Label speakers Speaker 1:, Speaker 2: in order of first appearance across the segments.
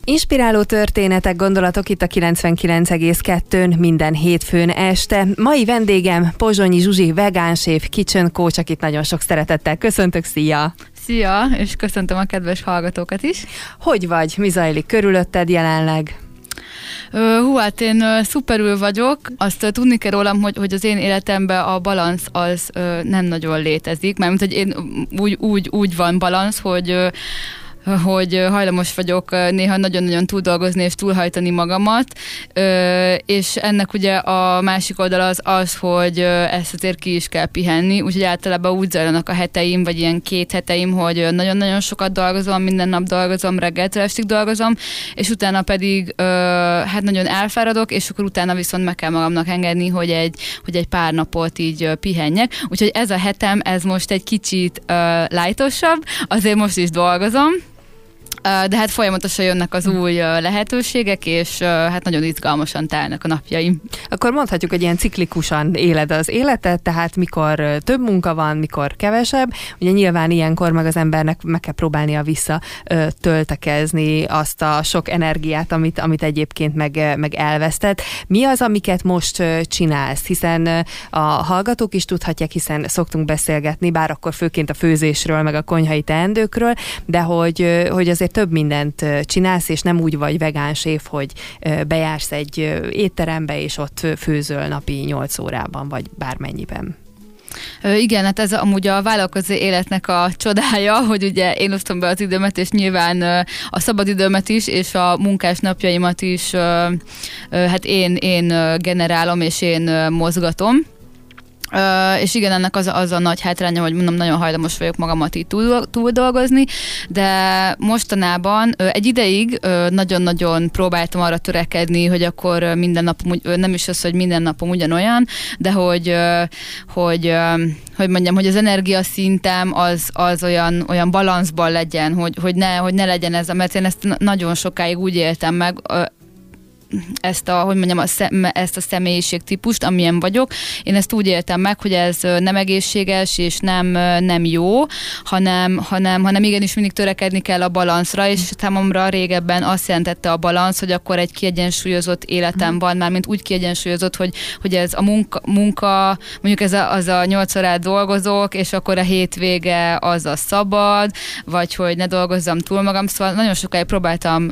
Speaker 1: Inspiráló történetek, gondolatok itt a 99,2-n minden hétfőn este. Mai vendégem Pozsonyi Zsuzsi, vegánséf, kitchen coach, akit nagyon sok szeretettel köszöntök. Szia!
Speaker 2: Szia, és köszöntöm a kedves hallgatókat is.
Speaker 1: Hogy vagy? Mi zajlik körülötted jelenleg?
Speaker 2: Hát én szuperül vagyok. Azt tudni kell rólam, hogy az én életemben a balansz az nem nagyon létezik. Mármint, hogy én úgy van balansz, hogy hajlamos vagyok néha nagyon-nagyon túldolgozni és túlhajtani magamat, és ennek ugye a másik oldal az, hogy ezt azért ki is kell pihenni, úgyhogy általában úgy zajlanak a heteim, vagy ilyen 2 heteim, hogy nagyon-nagyon sokat dolgozom, minden nap dolgozom, reggeltől estig dolgozom, és utána pedig hát nagyon elfáradok, és akkor utána viszont meg kell magamnak engedni, hogy egy pár napot így pihenjek. Úgyhogy ez a hetem, ez most egy kicsit lightosabb, azért most is dolgozom, de hát folyamatosan jönnek az új lehetőségek, és hát nagyon izgalmasan telnek a napjaim.
Speaker 1: Akkor mondhatjuk, hogy ilyen ciklikusan éled az életet, tehát mikor több munka van, mikor kevesebb. Ugye nyilván ilyenkor meg az embernek meg kell próbálnia visszatöltekezni azt a sok energiát, amit egyébként meg elvesztett. Mi az, amiket most csinálsz? Hiszen a hallgatók is tudhatják, hiszen szoktunk beszélgetni, bár akkor főként a főzésről, meg a konyhai teendőkről, de hogy azért több mindent csinálsz, és nem úgy vagy vegánséf, hogy bejársz egy étterembe, és ott főzöl napi 8 órában, vagy bármennyiben.
Speaker 2: Igen, hát ez amúgy a vállalkozó életnek a csodája, hogy ugye én osztom be az időmet, és nyilván a szabadidőmet is, és a munkás napjaimat is hát én generálom, és én mozgatom. És igen, ennek az a nagy hátránya, hogy mondom, nagyon hajlamos vagyok magamat így túl dolgozni, de mostanában egy ideig nagyon-nagyon próbáltam arra törekedni, hogy akkor minden napom, nem is az, hogy minden napom ugyanolyan, de hogy mondjam, hogy az energiaszintem az olyan balanszban legyen, hogy ne legyen ez, mert én ezt nagyon sokáig úgy éltem meg, ezt a személyiségtípust, amilyen vagyok. Én ezt úgy éltem meg, hogy ez nem egészséges, és nem jó, hanem igenis mindig törekedni kell a balanszra, és számomra régebben azt jelentette a balansz, hogy akkor egy kiegyensúlyozott életem van, mármint úgy kiegyensúlyozott, hogy ez a munka mondjuk az a 8 órát dolgozok, és akkor a hétvége az a szabad, vagy hogy ne dolgozzam túl magam, szóval nagyon sokáig próbáltam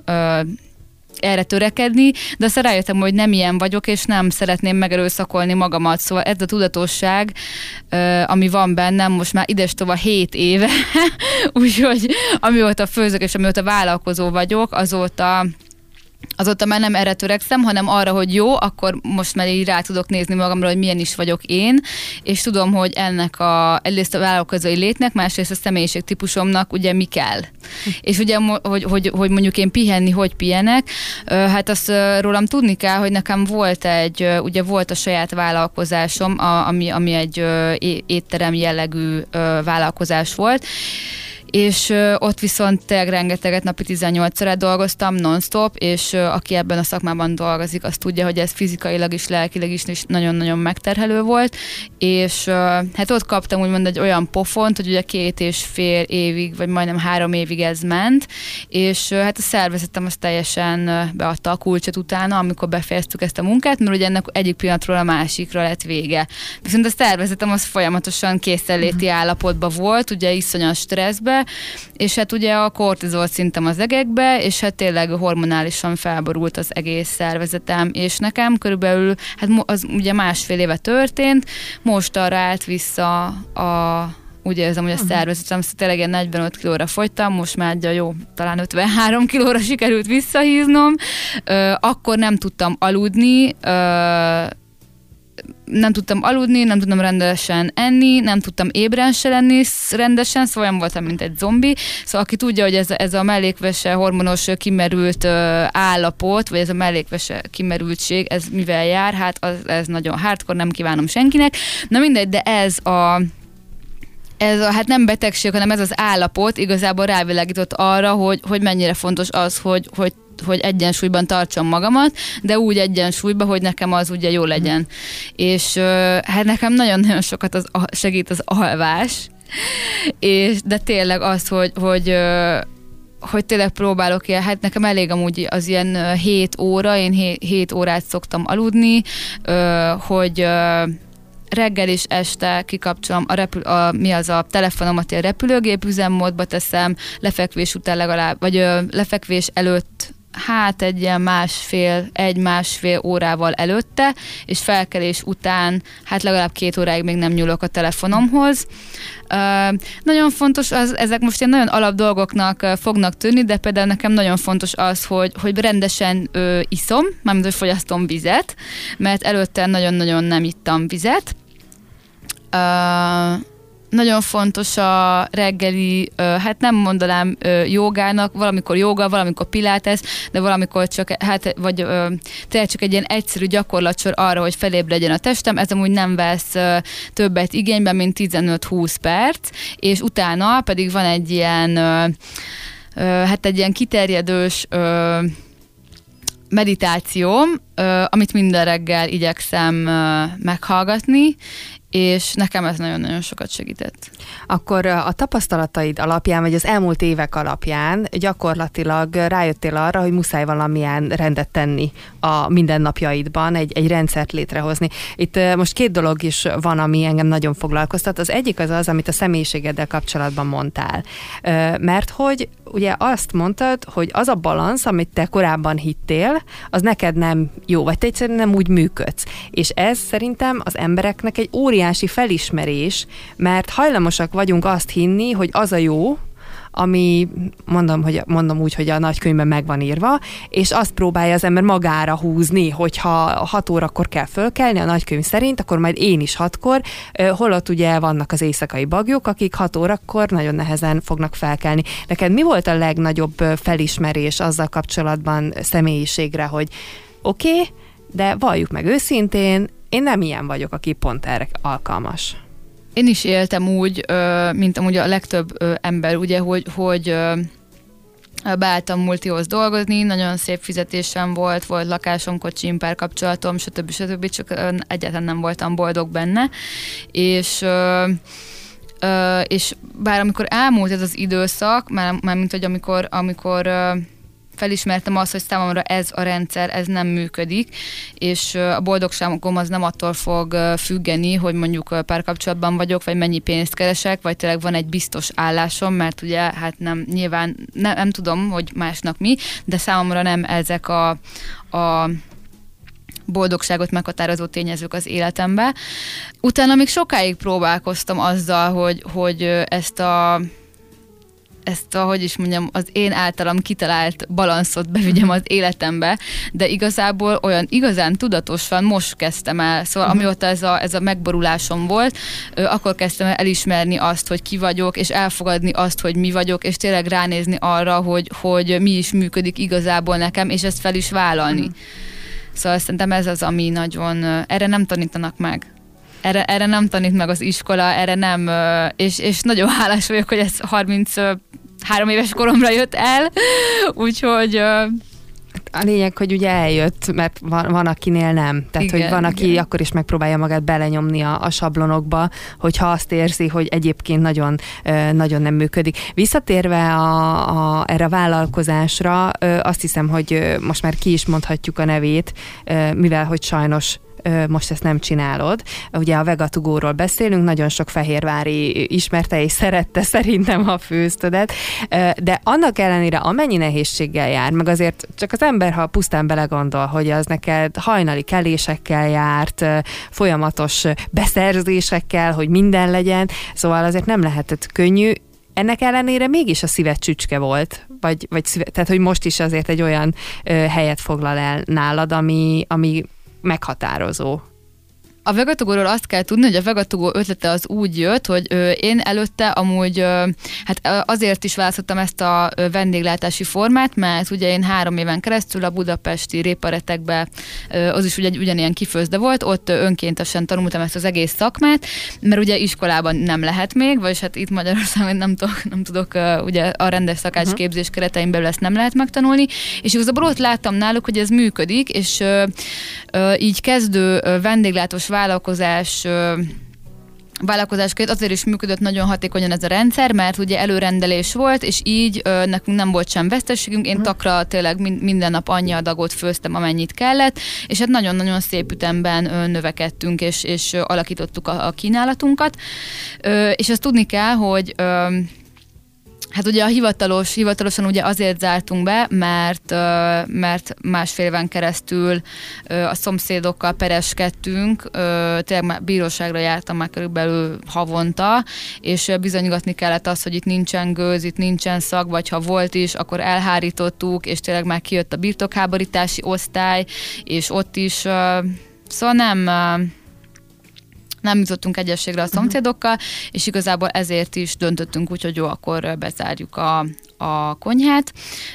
Speaker 2: erre törekedni, de aztán rájöttem, hogy nem ilyen vagyok, és nem szeretném megerőszakolni magamat. Szóval ez a tudatosság, ami van bennem, most már idestova 7 éve, úgyhogy amióta főzök, és amióta vállalkozó vagyok, azóta már nem erre törekszem, hanem arra, hogy jó, akkor most már így rá tudok nézni magamra, hogy milyen is vagyok én, és tudom, hogy ennek egyrészt a vállalkozói létnek, másrészt a személyiségtípusomnak ugye mi kell. És ugye, hogy mondjuk én pihenni, hogy pihenek, hát azt rólam tudni kell, hogy nekem volt a saját vállalkozásom, ami egy étterem jellegű vállalkozás volt, és ott viszont tényleg rengeteget, napi 18 órát dolgoztam non-stop, és aki ebben a szakmában dolgozik, az tudja, hogy ez fizikailag is, lelkileg is nagyon-nagyon megterhelő volt, és hát ott kaptam úgymond egy olyan pofont, hogy ugye 2,5 évig, vagy majdnem 3 évig ez ment, és hát a szervezetem az teljesen beadta a kulcsot utána, amikor befejeztük ezt a munkát, mert ugye ennek egyik pillanatról a másikra lett vége. Viszont a szervezetem az folyamatosan készenléti állapotban volt, ugye iszonyas stresszbe, és hát ugye a kortizol szintem az egekbe, és hát tényleg hormonálisan felborult az egész szervezetem, és nekem körülbelül, hát az ugye 1,5 éve történt, most arra állt vissza úgy érzem, hogy a szervezetem, szóval tényleg 45 kilóra fogytam, most már jó, talán 53 kilóra sikerült visszahíznom. Akkor nem tudtam aludni, nem tudtam rendesen enni, nem tudtam ébren se lenni rendesen, szóval olyan voltam, mint egy zombi. Szóval aki tudja, hogy ez a mellékvese hormonos kimerült állapot, vagy ez a mellékvese kimerültség, ez mivel jár, hát ez nagyon hardcore, nem kívánom senkinek. Na mindegy, de ez hát nem betegség, hanem ez az állapot igazából rávilágított arra, hogy mennyire fontos az, hogy egyensúlyban tartsam magamat, de úgy egyensúlyban, hogy nekem az ugye jó legyen. És hát nekem nagyon-nagyon sokat segít az alvás, de tényleg az, hogy hogy tényleg próbálok ilyen, hát nekem elég amúgy az ilyen 7 óra, én 7 órát szoktam aludni, hogy reggel és este kikapcsolom a telefonomat, a repülőgép üzemmódba teszem, lefekvés után legalább, vagy lefekvés előtt hát egy ilyen másfél órával előtte, és felkelés után hát legalább 2 óráig még nem nyúlok a telefonomhoz. Nagyon fontos, ezek most ilyen nagyon alap dolgoknak fognak tűnni, de például nekem nagyon fontos az, hogy rendesen iszom, mármint hogy fogyasztom vizet, mert előtte nagyon-nagyon nem ittam vizet. Nagyon fontos a reggeli, hát nem mondanám jogának, valamikor jóga, valamikor pilates, de valamikor csak, tényleg csak egy ilyen egyszerű gyakorlatsor arra, hogy felébredjen a testem, ez amúgy nem vesz többet igénybe, mint 15-20 perc, és utána pedig van egy ilyen, egy ilyen kiterjedős meditációm, amit minden reggel igyekszem meghallgatni, és nekem ez nagyon-nagyon sokat segített.
Speaker 1: Akkor a tapasztalataid alapján, vagy az elmúlt évek alapján gyakorlatilag rájöttél arra, hogy muszáj valamilyen rendet tenni a mindennapjaidban, egy rendszert létrehozni. Itt most 2 dolog is van, ami engem nagyon foglalkoztat. Az egyik az, amit a személyiségeddel kapcsolatban mondtál. Mert hogy ugye azt mondtad, hogy az a balansz, amit te korábban hittél, az neked nem jó, vagy te egyszerűen nem úgy működsz. És ez szerintem az embereknek egy óriási felismerés, mert hajlamosak vagyunk azt hinni, hogy az a jó, ami mondom úgy, hogy a nagykönyvben meg van írva, és azt próbálja az ember magára húzni, hogyha 6 órakor kell fölkelni a nagykönyv szerint, akkor majd én is 6-kor, holott ugye vannak az éjszakai bagyok, akik 6 órakor nagyon nehezen fognak felkelni. Neked mi volt a legnagyobb felismerés azzal kapcsolatban személyiségre, hogy oké, de valljuk meg őszintén, én nem ilyen vagyok, aki pont erre alkalmas.
Speaker 2: Én is éltem úgy, mint amúgy a legtöbb ember, ugye, hogy beálltam multihoz dolgozni, nagyon szép fizetésem volt lakásom, kocsim, párkapcsolatom, stb. Csak egyáltalán nem voltam boldog benne. És bár amikor elmúlt ez az időszak, mint hogy amikor felismertem azt, hogy számomra ez a rendszer, ez nem működik, és a boldogságom az nem attól fog függeni, hogy mondjuk párkapcsolatban vagyok, vagy mennyi pénzt keresek, vagy tényleg van egy biztos állásom, mert ugye hát nyilván nem tudom, hogy másnak mi, de számomra nem ezek a boldogságot meghatározó tényezők az életembe. Utána még sokáig próbálkoztam azzal, hogy ezt a hogy is mondjam, az én általam kitalált balanszot bevigyem az életembe, de igazából olyan igazán tudatosan most kezdtem el, szóval amióta ez a megborulásom volt, akkor kezdtem el elismerni azt, hogy ki vagyok, és elfogadni azt, hogy mi vagyok, és tényleg ránézni arra, hogy mi is működik igazából nekem, és ezt fel is vállalni. Szóval szerintem ez az, ami nagyon, erre nem tanítanak meg. Erre nem tanít meg az iskola, erre nem, és nagyon hálás vagyok, hogy ez 33 éves koromra jött el, úgyhogy...
Speaker 1: A lényeg, hogy ugye eljött, mert van akinél nem. Tehát, igen, hogy van, aki akkor is megpróbálja magát belenyomni a sablonokba, hogyha azt érzi, hogy egyébként nagyon, nagyon nem működik. Visszatérve erre a vállalkozásra, azt hiszem, hogy most már ki is mondhatjuk a nevét, mivel hogy sajnos most ezt nem csinálod. Ugye a Vegatugóról beszélünk, nagyon sok fehérvári ismerte és szerette szerintem a főztödet, de annak ellenére amennyi nehézséggel jár, meg azért csak az ember, ha pusztán belegondol, hogy az neked hajnali kelésekkel járt, folyamatos beszerzésekkel, hogy minden legyen, szóval azért nem lehetett könnyű. Ennek ellenére mégis a szíved csücske volt, tehát hogy most is azért egy olyan helyet foglal el nálad, ami meghatározó.
Speaker 2: A Vegatugóról azt kell tudni, hogy a Vegatugó ötlete az úgy jött, hogy én előtte amúgy hát azért is választottam ezt a vendéglátási formát, mert ugye én 3 éven keresztül a budapesti Réparetekben, az is ugye ugyanilyen kifőzde volt, ott önkéntesen tanultam ezt az egész szakmát, mert ugye iskolában nem lehet még, vagyis hát itt Magyarországon nem tudok ugye a rendes szakácsképzés keretein belül ezt nem lehet megtanulni, és igazából ott láttam náluk, hogy ez működik, és így kezdő vendéglátós vállalkozás vállalkozásként azért is működött nagyon hatékonyan ez a rendszer, mert ugye előrendelés volt, és így nekünk nem volt sem veszteségünk, én takra tényleg minden nap annyi adagot főztem, amennyit kellett, és hát nagyon-nagyon szép ütemben növekedtünk, és alakítottuk a kínálatunkat. És azt tudni kell, hogy hát ugye hivatalosan ugye azért zártunk be, mert másfél éven keresztül a szomszédokkal pereskedtünk, tényleg már bíróságra jártam már körülbelül havonta, és bizonygatni kellett azt, hogy itt nincsen gőz, itt nincsen szag, vagy ha volt is, akkor elhárítottuk, és tényleg már kijött a birtokháborítási osztály, és ott is, szóval nem jutottunk egyességre a szomszédokkal, és igazából ezért is döntöttünk úgy, hogy jó, akkor bezárjuk a konyhát.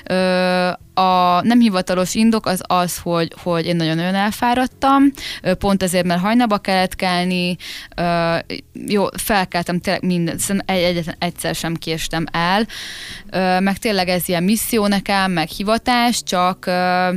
Speaker 2: A nem hivatalos indok az, hogy én nagyon-nagyon elfáradtam, pont ezért, mert hajnalba kellett kelni, jó, felkeltem tényleg egyetlen egyszer sem késtem el, meg tényleg ez ilyen misszió nekem, meg hivatás, csak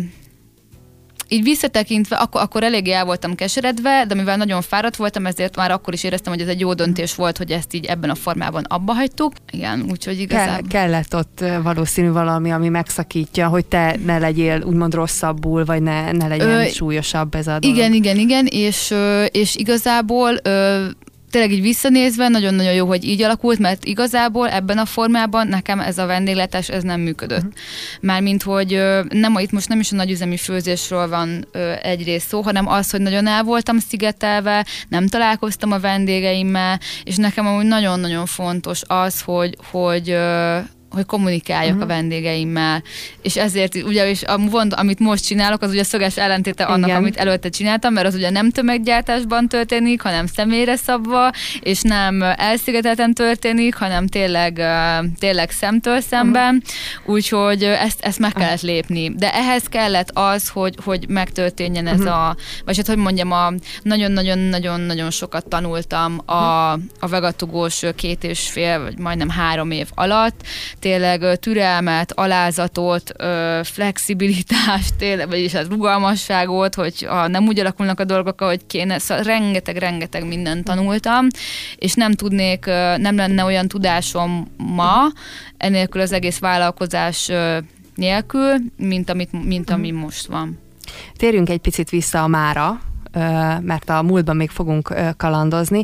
Speaker 2: így visszatekintve, akkor eléggé el voltam keseredve, de mivel nagyon fáradt voltam, ezért már akkor is éreztem, hogy ez egy jó döntés volt, hogy ezt így ebben a formában abba hagytuk. Igen, úgyhogy igazából... Kellett
Speaker 1: ott valószínű valami, ami megszakítja, hogy te ne legyél úgymond rosszabbul, vagy ne legyen súlyosabb ez a dolog.
Speaker 2: Igen, és igazából... tényleg így visszanézve nagyon-nagyon jó, hogy így alakult, mert igazából ebben a formában nekem ez a vendéglátás ez nem működött. Mármint, hogy itt most nem is a nagyüzemi főzésről van egyrészt szó, hanem az, hogy nagyon el voltam szigetelve, nem találkoztam a vendégeimmel, és nekem amúgy nagyon-nagyon fontos az, hogy kommunikáljak a vendégeimmel. És ezért ugye, és amit most csinálok, az ugye szöges ellentéte annak, amit előtte csináltam, mert az ugye nem tömeggyártásban történik, hanem személyre szabva, és nem elszigetelten történik, hanem tényleg szemtől szemben. Úgyhogy ezt meg kellett lépni. De ehhez kellett az, hogy megtörténjen ez vagy hát, hogy mondjam, nagyon-nagyon sokat tanultam a vegatugós 2,5 vagy majdnem 3 év alatt. Tényleg türelmet, alázatot, flexibilitást, vagyis hát rugalmasságot, hogy nem úgy alakulnak a dolgok, ahogy kéne. Szóval rengeteg mindent tanultam, és nem lenne olyan tudásom ma, enélkül az egész vállalkozás nélkül, mint ami most van.
Speaker 1: Térjünk egy picit vissza a mára, mert a múltban még fogunk kalandozni.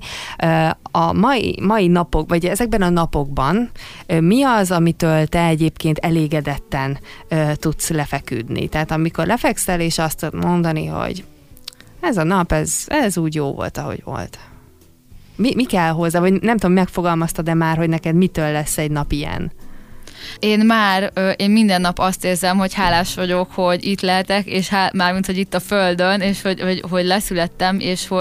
Speaker 1: A mai napok, vagy ezekben a napokban mi az, amitől te egyébként elégedetten tudsz lefeküdni? Tehát amikor lefekszel, és azt tudod mondani, hogy ez a nap, ez úgy jó volt, ahogy volt. Mi kell hozzá? Vagy nem tudom, megfogalmaztad-e már, hogy neked mitől lesz egy nap ilyen?
Speaker 2: Én minden nap azt érzem, hogy hálás vagyok, hogy itt lehetek, és mármint, hogy itt a Földön, és hogy leszülettem,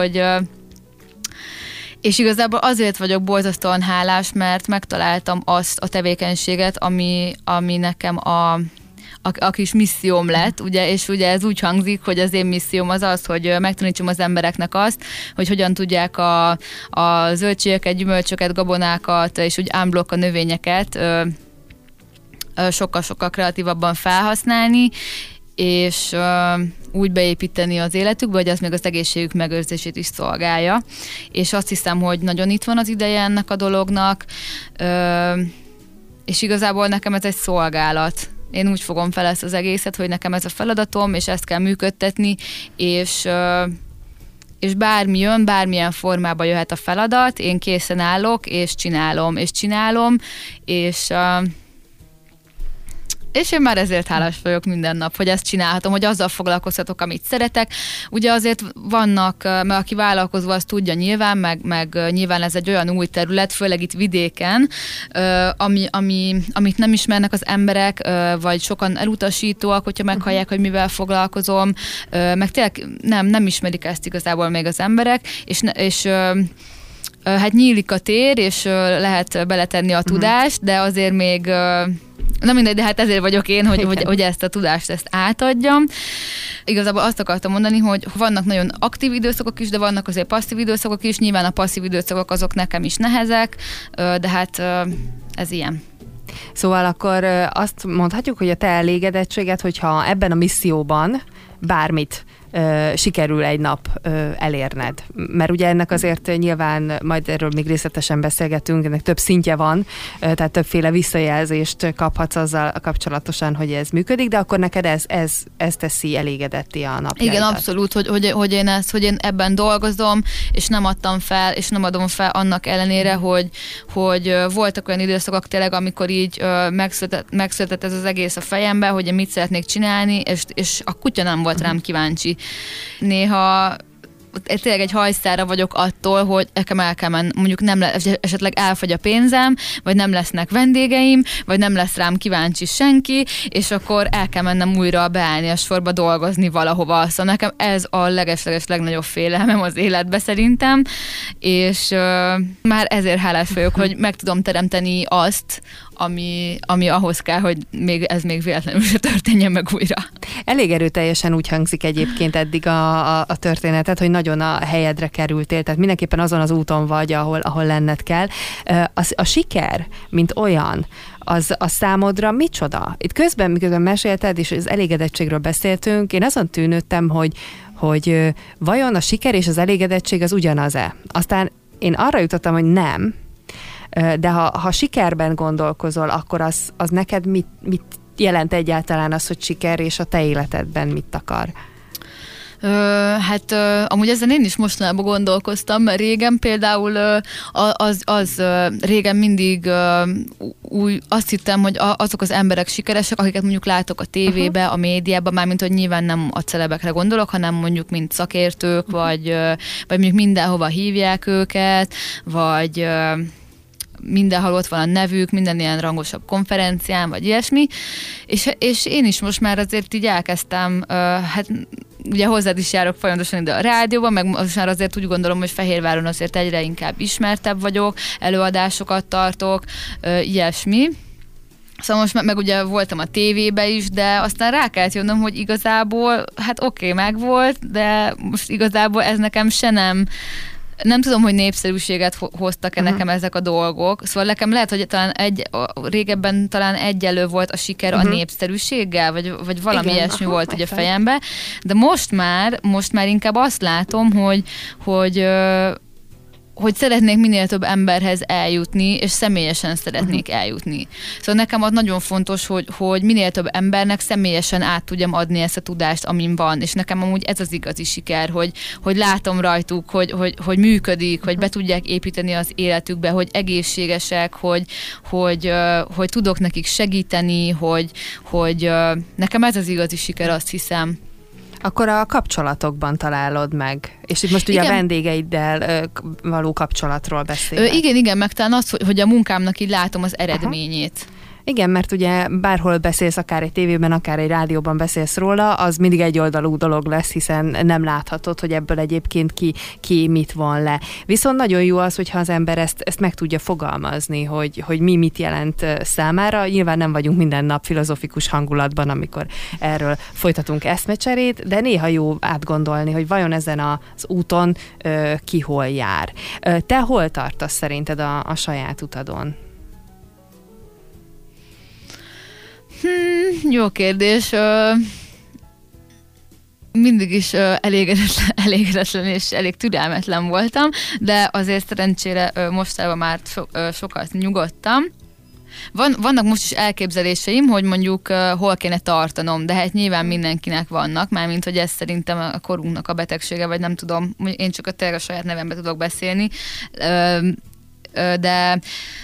Speaker 2: és igazából azért vagyok borzasztóan hálás, mert megtaláltam azt a tevékenységet, ami nekem a kis misszióm lett, ugye, és ugye ez úgy hangzik, hogy az én misszióm az, hogy megtanítsam az embereknek azt, hogy hogyan tudják a zöldségeket, gyümölcsöket, gabonákat, és úgy unblock a növényeket sokkal-sokkal kreatívabban felhasználni, és úgy beépíteni az életükbe, hogy az még az egészségük megőrzését is szolgálja. És azt hiszem, hogy nagyon itt van az ideje ennek a dolognak, és igazából nekem ez egy szolgálat. Én úgy fogom fel ezt az egészet, hogy nekem ez a feladatom, és ezt kell működtetni, és bármi jön, bármilyen formában jöhet a feladat, én készen állok, és csinálom, és én már ezért hálás vagyok minden nap, hogy ezt csinálhatom, hogy azzal foglalkozhatok, amit szeretek. Ugye azért vannak, mert aki vállalkozó, azt tudja nyilván, meg nyilván ez egy olyan új terület, főleg itt vidéken, amit nem ismernek az emberek, vagy sokan elutasítóak, hogyha meghallják, hogy mivel foglalkozom, meg tényleg nem ismerik ezt igazából még az emberek, és hát nyílik a tér, és lehet beletenni a tudást, de azért még... Na mindegy, de hát ezért vagyok én, hogy ezt a tudást átadjam. Igazából azt akartam mondani, hogy vannak nagyon aktív időszakok is, de vannak azért passzív időszakok is. Nyilván a passzív időszakok azok nekem is nehezek, de hát ez ilyen.
Speaker 1: Szóval akkor azt mondhatjuk, hogy a te elégedettséget, hogyha ebben a misszióban bármit sikerül egy nap elérned. Mert ugye ennek azért nyilván, majd erről még részletesen beszélgetünk, ennek több szintje van, tehát többféle visszajelzést kaphatsz azzal kapcsolatosan, hogy ez működik, de akkor neked ez teszi elégedetté a napjaidat.
Speaker 2: Igen, abszolút, hogy én ebben dolgozom, és nem adtam fel, és nem adom fel annak ellenére, hogy voltak olyan időszakok tényleg, amikor így megszületett ez az egész a fejembe, hogy én mit szeretnék csinálni, és a kutya nem volt rám kíváncsi. Néha tényleg egy hajszára vagyok attól, hogy nekem el kell menni, mondjuk esetleg elfogy a pénzem, vagy nem lesznek vendégeim, vagy nem lesz rám kíváncsi senki, és akkor el kell mennem újra beállni a sorba, dolgozni valahova. Szóval nekem ez a legesleges legnagyobb félelmem az életbe szerintem, és már ezért hálás vagyok, hogy meg tudom teremteni azt, ami ahhoz kell, hogy ez még véletlenül se történjen meg újra.
Speaker 1: Elég erőteljesen úgy hangzik egyébként eddig a történetet, hogy nagyon a helyedre kerültél, tehát mindenképpen azon az úton vagy, ahol lenned kell. A siker, mint olyan, a számodra micsoda? Itt közben, miközben mesélted, és az elégedettségről beszéltünk, én azon tűnődtem, hogy vajon a siker és az elégedettség az ugyanaz-e? Aztán én arra jutottam, hogy nem, de ha sikerben gondolkozol, akkor az neked mit jelent egyáltalán az, hogy siker, és a te életedben mit akar?
Speaker 2: Amúgy ezen én is mostanában gondolkoztam, mert régen például régen mindig úgy azt hittem, hogy azok az emberek sikeresek, akiket mondjuk látok a tévébe, a médiában, mármint, hogy nyilván nem a celebekre gondolok, hanem mondjuk mint szakértők, vagy mondjuk mindenhova hívják őket, vagy mindenhol ott van a nevük, minden ilyen rangosabb konferencián, vagy ilyesmi, és én is most már azért így elkezdtem, ugye hozzád is járok folyamatosan ide a rádióban, meg most már azért úgy gondolom, hogy Fehérváron azért egyre inkább ismertebb vagyok, előadásokat tartok, ilyesmi. Szóval most meg ugye voltam a tévébe is, de aztán rá kellett jönnöm, hogy igazából, oké, megvolt, de most igazából ez nekem se nem tudom, hogy népszerűséget hoztak-e nekem ezek a dolgok. Szóval nekem lehet, hogy talán régebben talán egyenlő volt a siker a népszerűséggel, vagy valami ilyesmi volt ugye a fejembe. De most már inkább azt látom, hogy szeretnék minél több emberhez eljutni, és személyesen szeretnék eljutni. Szóval nekem az nagyon fontos, hogy minél több embernek személyesen át tudjam adni ezt a tudást, amin van, és nekem amúgy ez az igazi siker, hogy látom rajtuk, hogy működik, hogy be tudják építeni az életükbe, hogy egészségesek, hogy tudok nekik segíteni, hogy nekem ez az igazi siker, azt hiszem.
Speaker 1: Akkor a kapcsolatokban találod meg. És itt most ugye a vendégeiddel való kapcsolatról beszélek.
Speaker 2: Igen, meg talán az, hogy a munkámnak így látom az eredményét.
Speaker 1: Igen, mert ugye bárhol beszélsz, akár egy tévében, akár egy rádióban beszélsz róla, az mindig egyoldalú dolog lesz, hiszen nem láthatod, hogy ebből egyébként ki mit von le. Viszont nagyon jó az, hogyha az ember ezt meg tudja fogalmazni, hogy mi mit jelent számára. Nyilván nem vagyunk minden nap filozofikus hangulatban, amikor erről folytatunk eszmecserét, de néha jó átgondolni, hogy vajon ezen az úton ki hol jár. Te hol tartasz szerinted a saját utadon?
Speaker 2: Jó kérdés. Mindig is elégedetlen és elég türelmetlen voltam, de azért szerencsére mostanában már sokat nyugodtam. Vannak most is elképzeléseim, hogy mondjuk hol kéne tartanom, de hát nyilván mindenkinek vannak, mármint, hogy ez szerintem a korunknak a betegsége, vagy nem tudom, én csak tényleg a saját nevembe tudok beszélni, de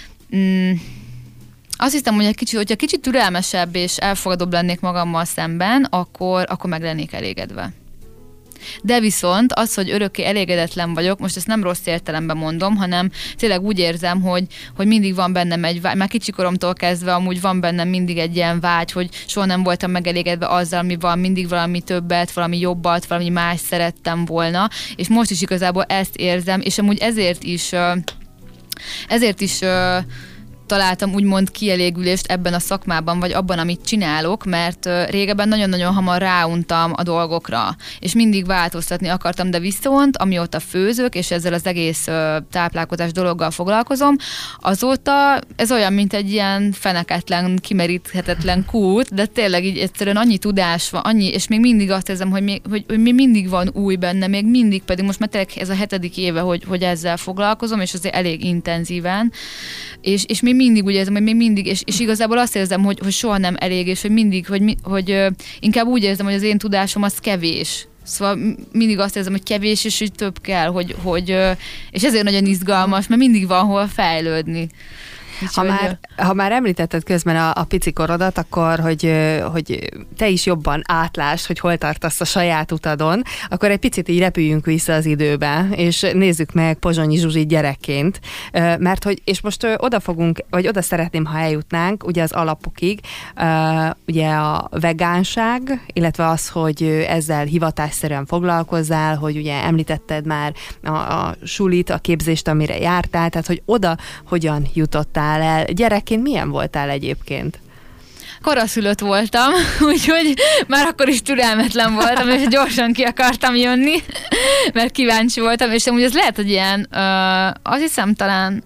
Speaker 2: azt hiszem, hogy hogyha kicsit türelmesebb és elfogadóbb lennék magammal szemben, akkor meg lennék elégedve. De viszont az, hogy örökké elégedetlen vagyok, most ezt nem rossz értelemben mondom, hanem tényleg úgy érzem, hogy mindig van bennem egy vágy, már kicsikoromtól kezdve amúgy van bennem mindig egy ilyen vágy, hogy soha nem voltam megelégedve azzal, ami van, mindig valami többet, valami jobbat, valami más szerettem volna, és most is igazából ezt érzem, és amúgy ezért is találtam úgymond kielégülést ebben a szakmában, vagy abban, amit csinálok, mert régebben nagyon-nagyon hamar ráuntam a dolgokra, és mindig változtatni akartam, de viszont, amióta főzök, és ezzel az egész táplálkozás dologgal foglalkozom, azóta ez olyan, mint egy ilyen feneketlen, kimeríthetetlen kút, de tényleg így egyszerűen annyi tudás van, annyi, és még mindig azt érzem, hogy még mindig van új benne, még mindig, pedig most már tényleg ez a 7. éve, hogy ezzel foglalkozom, és azért elég intenzíven, és még mindig úgy érzem, hogy még mindig, és igazából azt érzem, hogy soha nem elég, és hogy mindig, hogy inkább úgy érzem, hogy az én tudásom az kevés. Szóval mindig azt érzem, hogy kevés, és hogy több kell, és ezért nagyon izgalmas, mert mindig van hol fejlődni.
Speaker 1: Ha már említetted közben a pici korodat, akkor, hogy te is jobban átlásd, hogy hol tartasz a saját utadon, akkor egy picit így repüljünk vissza az időbe, és nézzük meg Pozsonyi Zsuzsit gyerekként, mert hogy, és most oda szeretném, ha eljutnánk, ugye az alapokig, ugye a vegánság, illetve az, hogy ezzel hivatásszerűen foglalkozzál, hogy ugye említetted már a sulit, a képzést, amire jártál, tehát hogy oda hogyan jutottál el. Gyerekként milyen voltál egyébként?
Speaker 2: Koraszülött voltam, úgyhogy már akkor is türelmetlen voltam, és gyorsan ki akartam jönni, mert kíváncsi voltam, és amúgy ez lehet, hogy ilyen, azt hiszem talán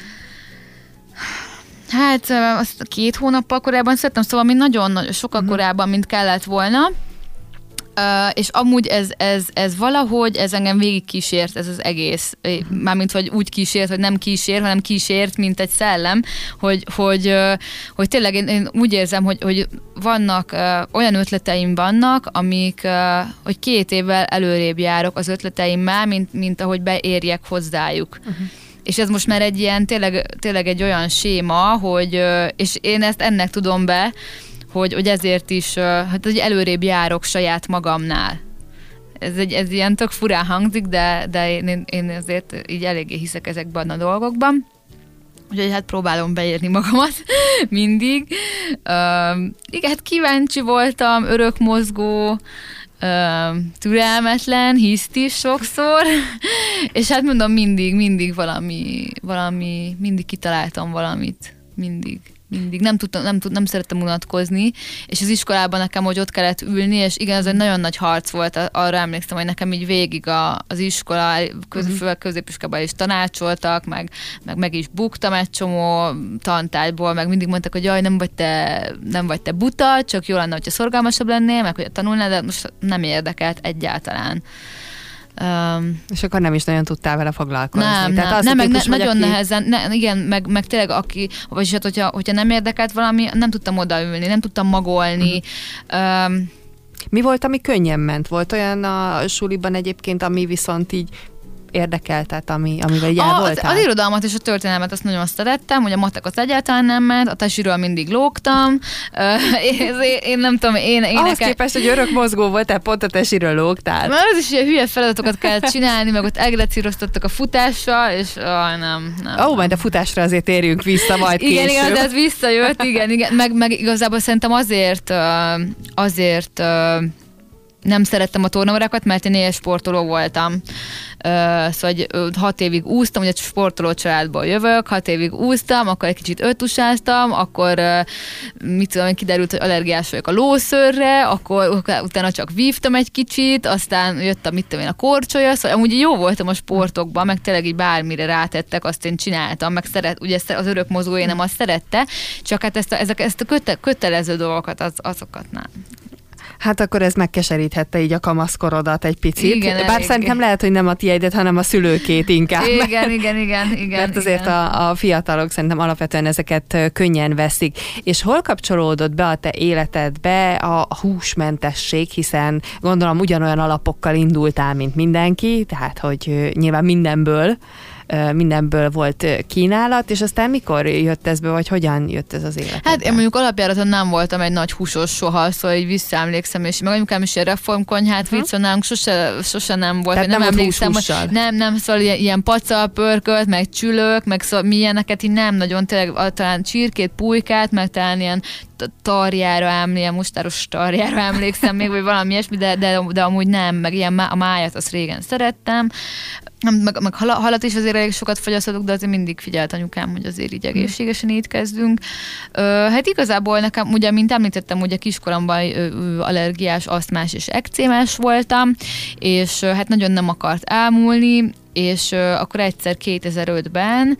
Speaker 2: azt 2 hónappal korábban szedtem, szóval mi nagyon sokkal korábban, mint kellett volna, és amúgy ez valahogy, ez engem végig kísért, ez az egész. Mármint, hogy úgy kísért, hogy nem kísér, hanem kísért, mint egy szellem, hogy tényleg én úgy érzem, hogy vannak, olyan ötleteim vannak, amik, hogy 2 évvel előrébb járok az ötleteimmel, mint ahogy beérjek hozzájuk. És ez most már egy ilyen, tényleg egy olyan séma, és én ezt ennek tudom be, hogy ezért is hogy előrébb járok saját magamnál. Ez ilyen tök furán hangzik, de én azért így eléggé hiszek ezekben a dolgokban. Úgyhogy hát próbálom beérni magamat mindig. Igen, hát kíváncsi voltam, örökmozgó, türelmetlen, hisztis sokszor, és hát mondom, mindig valami, mindig kitaláltam valamit, mindig. Nem szerettem unatkozni, és az iskolában nekem, hogy ott kellett ülni, és igen, ez egy nagyon nagy harc volt, arra emlékszem, hogy nekem így végig az iskola, középiskolában is tanácsoltak, meg is buktam egy csomó tantárgyból, meg mindig mondtak, hogy jaj, nem vagy te buta, csak jó lenne, hogyha szorgalmasabb lennél, meg hogy tanulnál, de most nem érdekelt egyáltalán.
Speaker 1: És akkor nem is nagyon tudtál vele foglalkozni.
Speaker 2: Nagyon nehezen, igen, meg tényleg vagyis hát, hogyha nem érdekelt valami, nem tudtam odaülni, nem tudtam magolni.
Speaker 1: Mi volt, ami könnyen ment? Volt olyan a suliban egyébként, ami viszont így érdekelt, tehát amivel így el voltál?
Speaker 2: Az irodalmat és a történelmet azt nagyon szerettem, hogy a matek az egyáltalán nem ment, a tesiről mindig lógtam. Én nem tudom,
Speaker 1: ahhoz képest, hogy örökmozgó voltál, pont a tesiről lógtál.
Speaker 2: Mert az is ilyen hülye feladatokat kellett csinálni, meg ott eglecíroztattak a futással, és nem.
Speaker 1: Majd a futásra azért térjünk vissza majd később.
Speaker 2: Igen, de ez visszajött, igen. Meg igazából szerintem azért nem szerettem a tornaórákat, mert én élsportoló voltam. Szóval 6 évig úsztam, ugye sportoló családból jövök, 6 évig úsztam, akkor egy kicsit öttusáztam, akkor kiderült, hogy allergiás vagyok a lószőrre, akkor utána csak vívtam egy kicsit, aztán jött a korcsolya, szóval amúgy jó voltam a sportokban, meg tényleg így bármire rátettek, azt én csináltam, meg ugye az örökmozgó énem azt szerette, csak hát ezt a kötelező dolgokat, azokat nem.
Speaker 1: Hát akkor ez megkeseríthette így a kamaszkorodat egy picit.
Speaker 2: Igen,
Speaker 1: bár szerintem lehet, hogy nem a tiédet, hanem a szülőkét inkább.
Speaker 2: Igen.
Speaker 1: Mert azért a fiatalok szerintem alapvetően ezeket könnyen veszik. És hol kapcsolódott be a te életedbe a húsmentesség, hiszen gondolom ugyanolyan alapokkal indultál, mint mindenki, tehát hogy nyilván mindenből volt kínálat, és aztán mikor jött ez be, vagy hogyan jött ez az életedbe?
Speaker 2: Hát én mondjuk alapjáraton nem voltam egy nagy húsos soha, szóval így visszaemlékszem, és meg anyukám is ilyen reformkonyhát vicconálunk, sose nem volt.
Speaker 1: Tehát nem emlékszem,
Speaker 2: nem, szóval ilyen pacal, pörkölt, meg csülök, meg szóval milyeneket így nem nagyon, tényleg talán csirkét, pulykát, meg talán ilyen tarjára mustáros tarjára emlékszem még, vagy valami ilyesmi, de amúgy nem, meg ilyen a májat azt régen szerettem. Meg halat is azért elég sokat fogyasztottuk, de azért mindig figyelt anyukám, hogy azért így egészségesen étkezdünk. Hát igazából nekem, ugye, mint említettem, ugye kiskoromban allergiás, asztmás és ekcémás voltam, és hát nagyon nem akart elmúlni, és akkor egyszer 2005-ben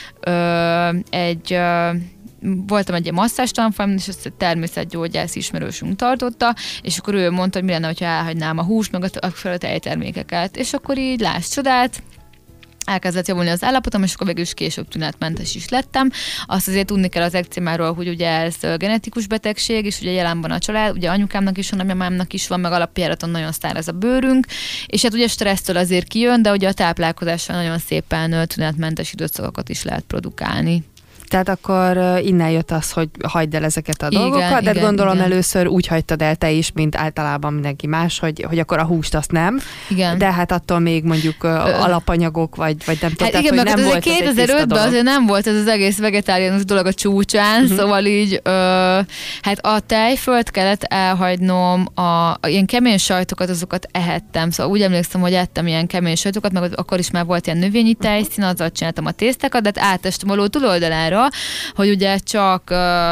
Speaker 2: voltam egy ilyen masszázs tanfolyamon, és ezt a természetgyógyász ismerősünk tartotta, és akkor ő mondta, hogy mi lenne, hogyha elhagynám a húst, meg a tejtermékeket. És akkor így láss csodát, elkezdett javulni az állapotom, és akkor végül is később tünetmentes is lettem. Azt azért tudni kell az ekcémáról, hogy ugye ez genetikus betegség, és ugye jelen van a család, ugye anyukámnak is van, nagymamámnak is van, meg alapjáraton nagyon száraz a bőrünk, és hát ugye stressztől azért kijön, de ugye a táplálkozással nagyon szépen tünetmentes időszakokat is lehet produkálni.
Speaker 1: Tehát akkor innen jött az, hogy hagyd el ezeket a dolgokat, de gondolom először úgy hagytad el te is, mint általában mindenki más, hogy akkor a húst azt nem,
Speaker 2: igen.
Speaker 1: De hát attól még mondjuk alapanyagok, vagy nem tudom,
Speaker 2: hát igen,
Speaker 1: hogy nem volt
Speaker 2: 2005-ben azért nem volt ez az egész vegetáriánus dolog a csúcsán, szóval így hát a tejfölt kellett elhagynom, ilyen kemény sajtokat, azokat ehettem, szóval úgy emlékszem, hogy ettem ilyen kemény sajtokat, meg akkor is már volt ilyen növényi tejszín, azzal csináltam a tésztákat, de hát átestem a ló túloldalára, hogy ugye csak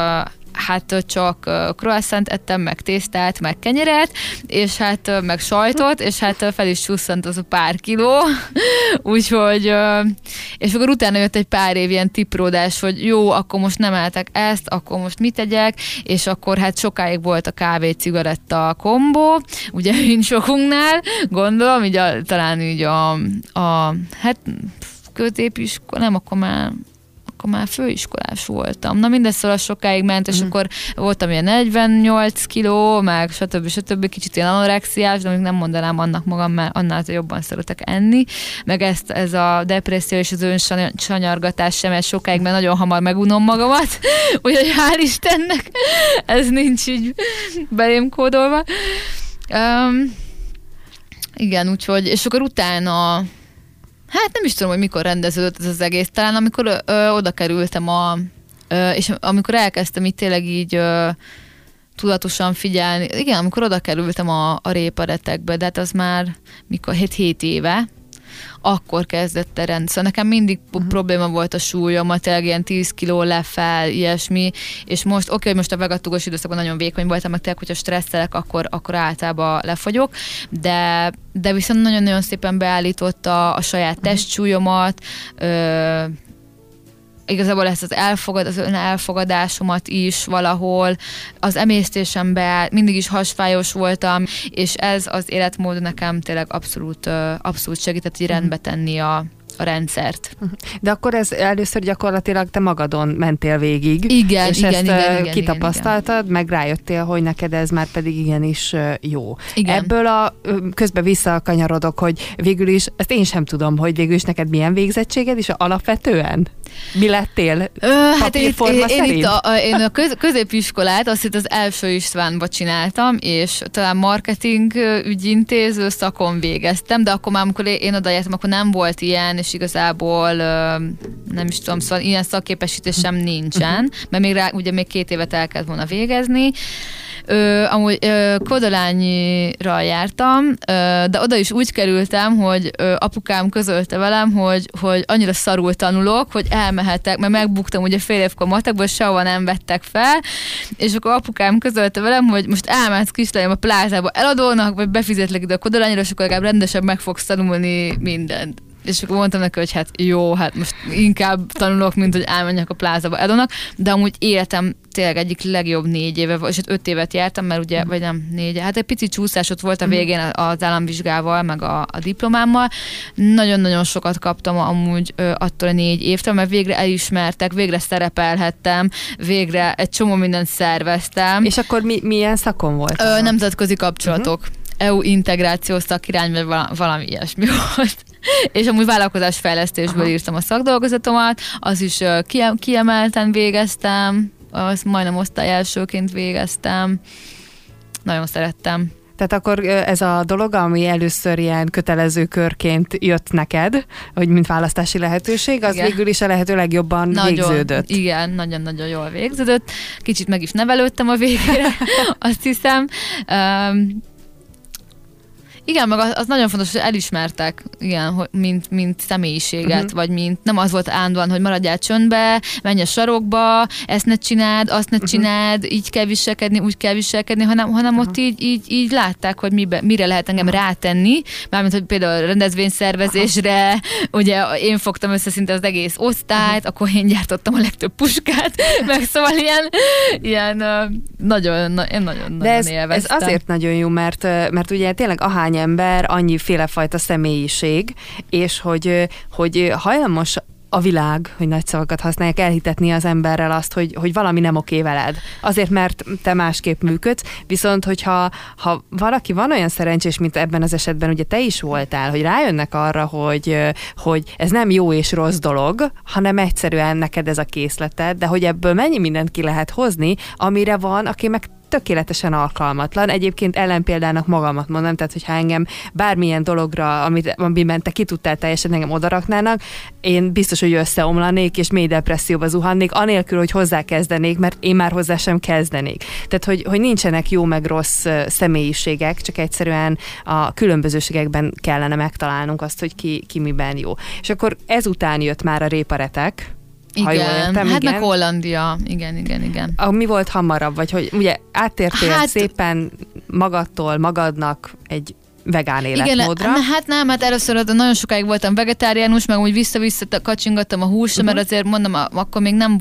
Speaker 2: croissant ettem, meg tésztát, meg kenyeret, és hát meg sajtot, és hát fel is csusszant az a pár kiló, úgyhogy, és akkor utána jött egy pár év ilyen tipródás, hogy jó, akkor most nem eltek ezt, akkor most mit tegyek, és akkor hát sokáig volt a kávé-cigaretta kombó, ugye mint sokunknál, gondolom, így talán így hát középiskola, nem, akkor már főiskolás voltam. Na mindez szóval sokáig ment, és akkor voltam ilyen 48 kiló, meg stb. Kicsit ilyen anorexiás, de még nem mondanám annak magam, mert annál jobban szeretek enni. Meg ez a depresszió és az önsanyargatás sem, ez sokáig, mert nagyon hamar megunom magamat. Úgyhogy hál' Istennek ez nincs így belém kódolva. Igen, úgyhogy, és akkor utána hát nem is tudom, hogy mikor rendeződött ez az egész. Talán amikor oda kerültem és amikor elkezdtem itt tényleg így tudatosan figyelni. Igen, amikor oda kerültem a réparetekbe, de hát az már mikor 7 éve, akkor kezdett el rendben. Szóval nekem mindig probléma volt a súlyom, tényleg ilyen 10 kiló lefel, ilyesmi, és most hogy most a vegatugos időszakban nagyon vékony voltam, meg tényleg, hogyha stresszelek, akkor általában lefogyok, de viszont nagyon-nagyon szépen beállította a saját testsúlyomat, igazából ezt az elfogadásomat is valahol, az emésztésembe mindig is hasfájós voltam, és ez az életmód nekem tényleg abszolút segített, hogy rendbe tenni a rendszert.
Speaker 1: De akkor ez először gyakorlatilag te magadon mentél végig.
Speaker 2: Igen,
Speaker 1: és
Speaker 2: igen,
Speaker 1: ezt kitapasztaltad, meg rájöttél, hogy neked ez már pedig igenis jó.
Speaker 2: Igen.
Speaker 1: Ebből közben visszakanyarodok, hogy végül is, ezt én sem tudom, hogy végül is neked milyen végzettséged, és alapvetően mi lettél?
Speaker 2: Hát én a középiskolát azt itt az első Istvánba csináltam, és talán marketing ügyintéző szakon végeztem, de akkor már, amikor én odaértem, akkor nem volt ilyen, és igazából nem is tudom, szóval ilyen szakképesítésem nincsen, mert még 2 évet el kellett volna végezni. Amúgy Kodolányra jártam, de oda is úgy kerültem, hogy apukám közölte velem, hogy annyira szarul tanulok, hogy elmehetek, mert megbuktam ugye fél évkor matekból, sehova nem vettek fel, és akkor apukám közölte velem, hogy most elmehetsz kislányom a plázába eladónak, vagy befizetlek ide a Kodolányra, és akkor legalább rendesen meg fogsz tanulni mindent. És akkor mondtam neki, hogy hát jó, hát most inkább tanulok, mint hogy elmenjek a plázába eladónak, de amúgy életem tényleg egyik legjobb 4 éve, és 5 évet jártam, mert ugye, vagy nem 4, hát egy pici csúszás ott volt a végén az államvizsgával, meg a diplomámmal. Nagyon-nagyon sokat kaptam amúgy attól a 4 évtől, mert végre elismertek, végre szerepelhettem, végre egy csomó mindent szerveztem.
Speaker 1: És akkor milyen szakon volt?
Speaker 2: Nemzetközi kapcsolatok. EU integráció szakirány, vagy valami ilyesmi volt. És amúgy vállalkozásfejlesztésből írtam a szakdolgozatomat, az is kiemelten végeztem, azt majdnem osztály elsőként végeztem. Nagyon szerettem.
Speaker 1: Tehát akkor ez a dolog, ami először ilyen kötelező körként jött neked, hogy mint választási lehetőség, az végül is a lehető legjobban végződött.
Speaker 2: Igen, nagyon-nagyon jól végződött. Kicsit meg is nevelődtem a végére, azt hiszem. Igen, meg az nagyon fontos, hogy elismertek, igen, mint személyiséget, vagy mint nem az volt állandóan, hogy maradjál csöndbe, menj a sarokba, ezt ne csináld, azt ne csináld, így kell viselkedni, úgy kell viselkedni, hanem ott így látták, hogy mire lehet engem rátenni, mármint, hogy például rendezvényszervezésre, ugye én fogtam össze szinte az egész osztályt, akkor én gyártottam a legtöbb puskát, meg szóval ilyen nagyon élveztem.
Speaker 1: Ez azért nagyon jó, mert ugye tényleg ahány ember, annyifélefajta személyiség, és hogy hajlamos a világ, hogy nagy szavakat használják, elhitetni az emberrel azt, hogy valami nem oké veled. Azért, mert te másképp működsz, viszont hogyha valaki van olyan szerencsés, mint ebben az esetben, ugye te is voltál, hogy rájönnek arra, hogy ez nem jó és rossz dolog, hanem egyszerűen neked ez a készleted, de hogy ebből mennyi mindent ki lehet hozni, amire van, aki meg tökéletesen alkalmatlan. Egyébként ellenpéldának magamat mondom, tehát hogyha engem bármilyen dologra, amiben te ki tudtál teljesen engem odaraknának, én biztos, hogy összeomlanék, és mély depresszióba zuhannék, anélkül, hogy hozzákezdenék, mert én már hozzá sem kezdenék. Tehát, hogy nincsenek jó meg rossz személyiségek, csak egyszerűen a különbözőségekben kellene megtalálnunk azt, hogy ki miben jó. És akkor ezután jött már a réparetek.
Speaker 2: Igen, hát meg Hollandia. Igen.
Speaker 1: Mi volt hamarabb? Vagy hogy ugye áttértél szépen magadnak egy vegán életmódra?
Speaker 2: Igen, hát először nagyon sokáig voltam vegetáriánus, meg úgy vissza-vissza kacsingattam a húsra, mert azért mondom, akkor még nem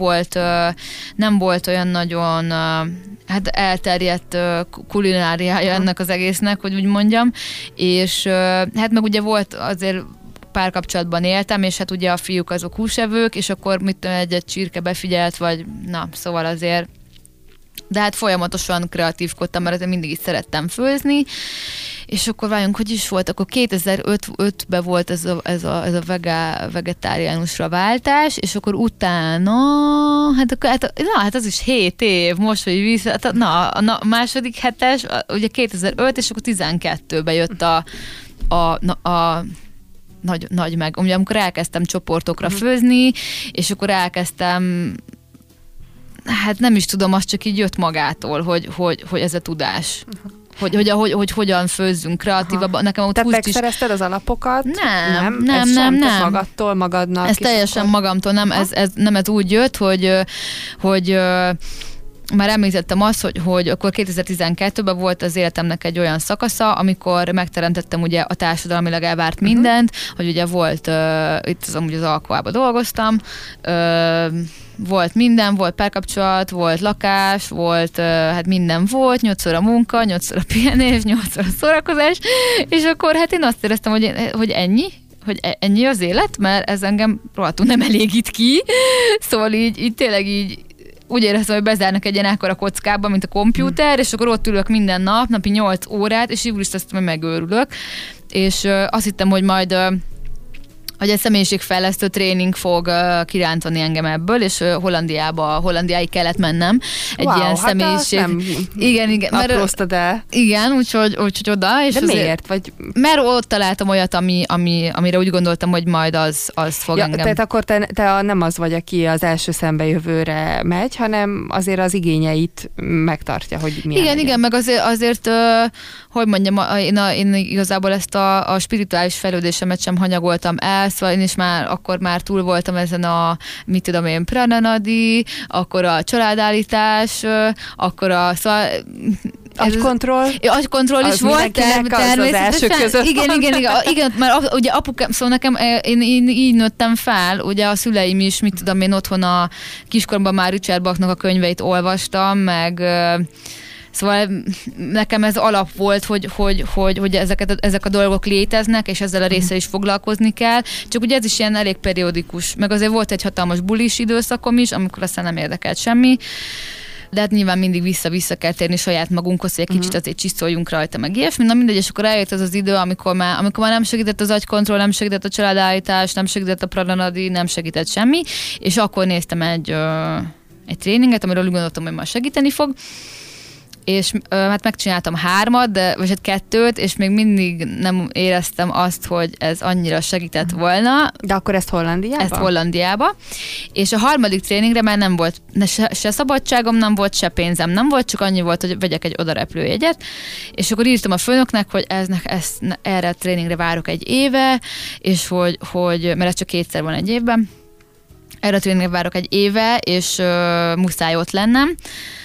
Speaker 2: volt olyan nagyon hát elterjedt kulináriája ennek az egésznek, hogy úgy mondjam, és hát meg ugye volt azért párkapcsolatban éltem, és hát ugye a fiúk azok húsevők, és akkor egy csirke befigyelt, vagy szóval azért, de hát folyamatosan kreatívkodtam, mert azért mindig is szerettem főzni, és akkor várjunk, hogy is volt, akkor 2005-ben volt ez a vegetáriánusra váltás, és akkor utána, hát az is 7 év, most, hogy vissza, a második hetes, ugye 2005, és akkor 12-ben jött a nagy meg. Ugye amikor elkezdtem csoportokra főzni, és akkor elkezdtem, hát nem is tudom, az csak így jött magától, hogy ez a tudás. Hogy hogyan főzzünk kreatívabban. Nekem
Speaker 1: te megszerezted az alapokat?
Speaker 2: Nem.
Speaker 1: Magadtól, magadnak?
Speaker 2: Ez teljesen magamtól, nem ez úgy jött, hogy már említettem azt, hogy akkor 2012-ben volt az életemnek egy olyan szakasza, amikor megteremtettem ugye a társadalmilag elvárt mindent, hogy ugye volt, itt amúgy az Alcoában dolgoztam, volt minden, volt párkapcsolat, volt lakás, volt, hát minden volt, 8-szor a munka, 8-szor a pihenés, 8-szor a szórakozás, és akkor hát én azt éreztem, hogy ennyi, hogy ennyi az élet, mert ez engem rohadtul nem elégít ki, szóval így tényleg így úgy éreztem, hogy bezárnak egy ilyen ekkora kockába, mint a kompjúter, és akkor ott ülök minden nap, napi 8 órát, és így úristen, hogy megőrülök. És azt hittem, hogy majd hogy egy személyiségfejlesztő tréning fog kirántani engem ebből, és Hollandiáig kellett mennem. Egy ilyen személyiség.
Speaker 1: Hát nem
Speaker 2: igen.
Speaker 1: Apróztad el.
Speaker 2: Igen, úgyhogy oda. És
Speaker 1: de miért? Vagy...
Speaker 2: Mert ott találtam olyat, amire úgy gondoltam, hogy majd az fog engem.
Speaker 1: Tehát akkor te nem az vagy, aki az első szembejövőre megy, hanem azért az igényeit megtartja, hogy milyen legyen.
Speaker 2: Igen, meg azért hogy mondjam, én igazából ezt a spirituális fejlődésemet sem hanyagoltam el, szóval én is akkor már túl voltam ezen a, mit tudom én, Prananadi, akkor a családállítás, akkor szóval agykontroll is volt,
Speaker 1: természetesen. Az első között.
Speaker 2: Igen, mert ugye apukám, szóval nekem, én így nőttem fel, ugye a szüleim is, mit tudom én, otthon a kiskoromban már Richard Bachnak a könyveit olvastam, meg szóval nekem ez alap volt, hogy ezek a dolgok léteznek, és ezzel a résszel is foglalkozni kell. Csak ugye ez is ilyen elég periódikus. Meg azért volt egy hatalmas bulis időszakom is, amikor aztán nem érdekelt semmi. De hát nyilván mindig vissza kell térni saját magunkhoz, hogy egy kicsit azért csiszoljunk rajta, meg ilyesmi. Na mindegy, és akkor eljött az idő, amikor már nem segített az agykontroll, nem segített a családállítás, nem segített a Prananadi, nem segített semmi, és akkor néztem egy tréninget, amiről úgy gondoltam, hogy már segíteni fog. és hát megcsináltam 3, vagy hát 2, és még mindig nem éreztem azt, hogy ez annyira segített volna.
Speaker 1: De akkor ezt Hollandiában?
Speaker 2: Ezt Hollandiába. És a 3. tréningre már nem volt, se szabadságom nem volt, se pénzem nem volt, csak annyi volt, hogy vegyek egy odarepülőjegyet, és akkor írtam a főnöknek, hogy erre a tréningre várok egy éve, és hogy mert ez csak 2-szer van egy évben, erre a tréningre várok egy éve, és muszáj ott lennem.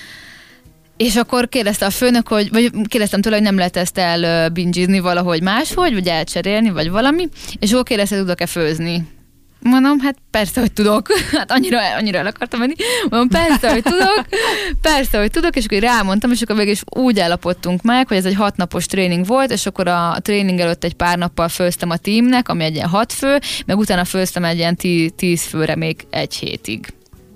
Speaker 2: És akkor kérdezte a főnök, vagy kérdeztem tőle, hogy nem lehet ezt elbingizni valahogy máshogy, vagy elcserélni, vagy valami, és akkor kérdezte, tudok-e főzni. Mondom, hát persze, hogy tudok. Hát annyira el akartam menni. Mondom, persze, hogy tudok, és akkor rámondtam, és akkor végül is úgy állapodtunk meg, hogy ez egy 6 napos tréning volt, és akkor a tréning előtt egy pár nappal főztem a teamnek, ami egy ilyen 6 fő, meg utána főztem egy ilyen 10 főre még egy hétig.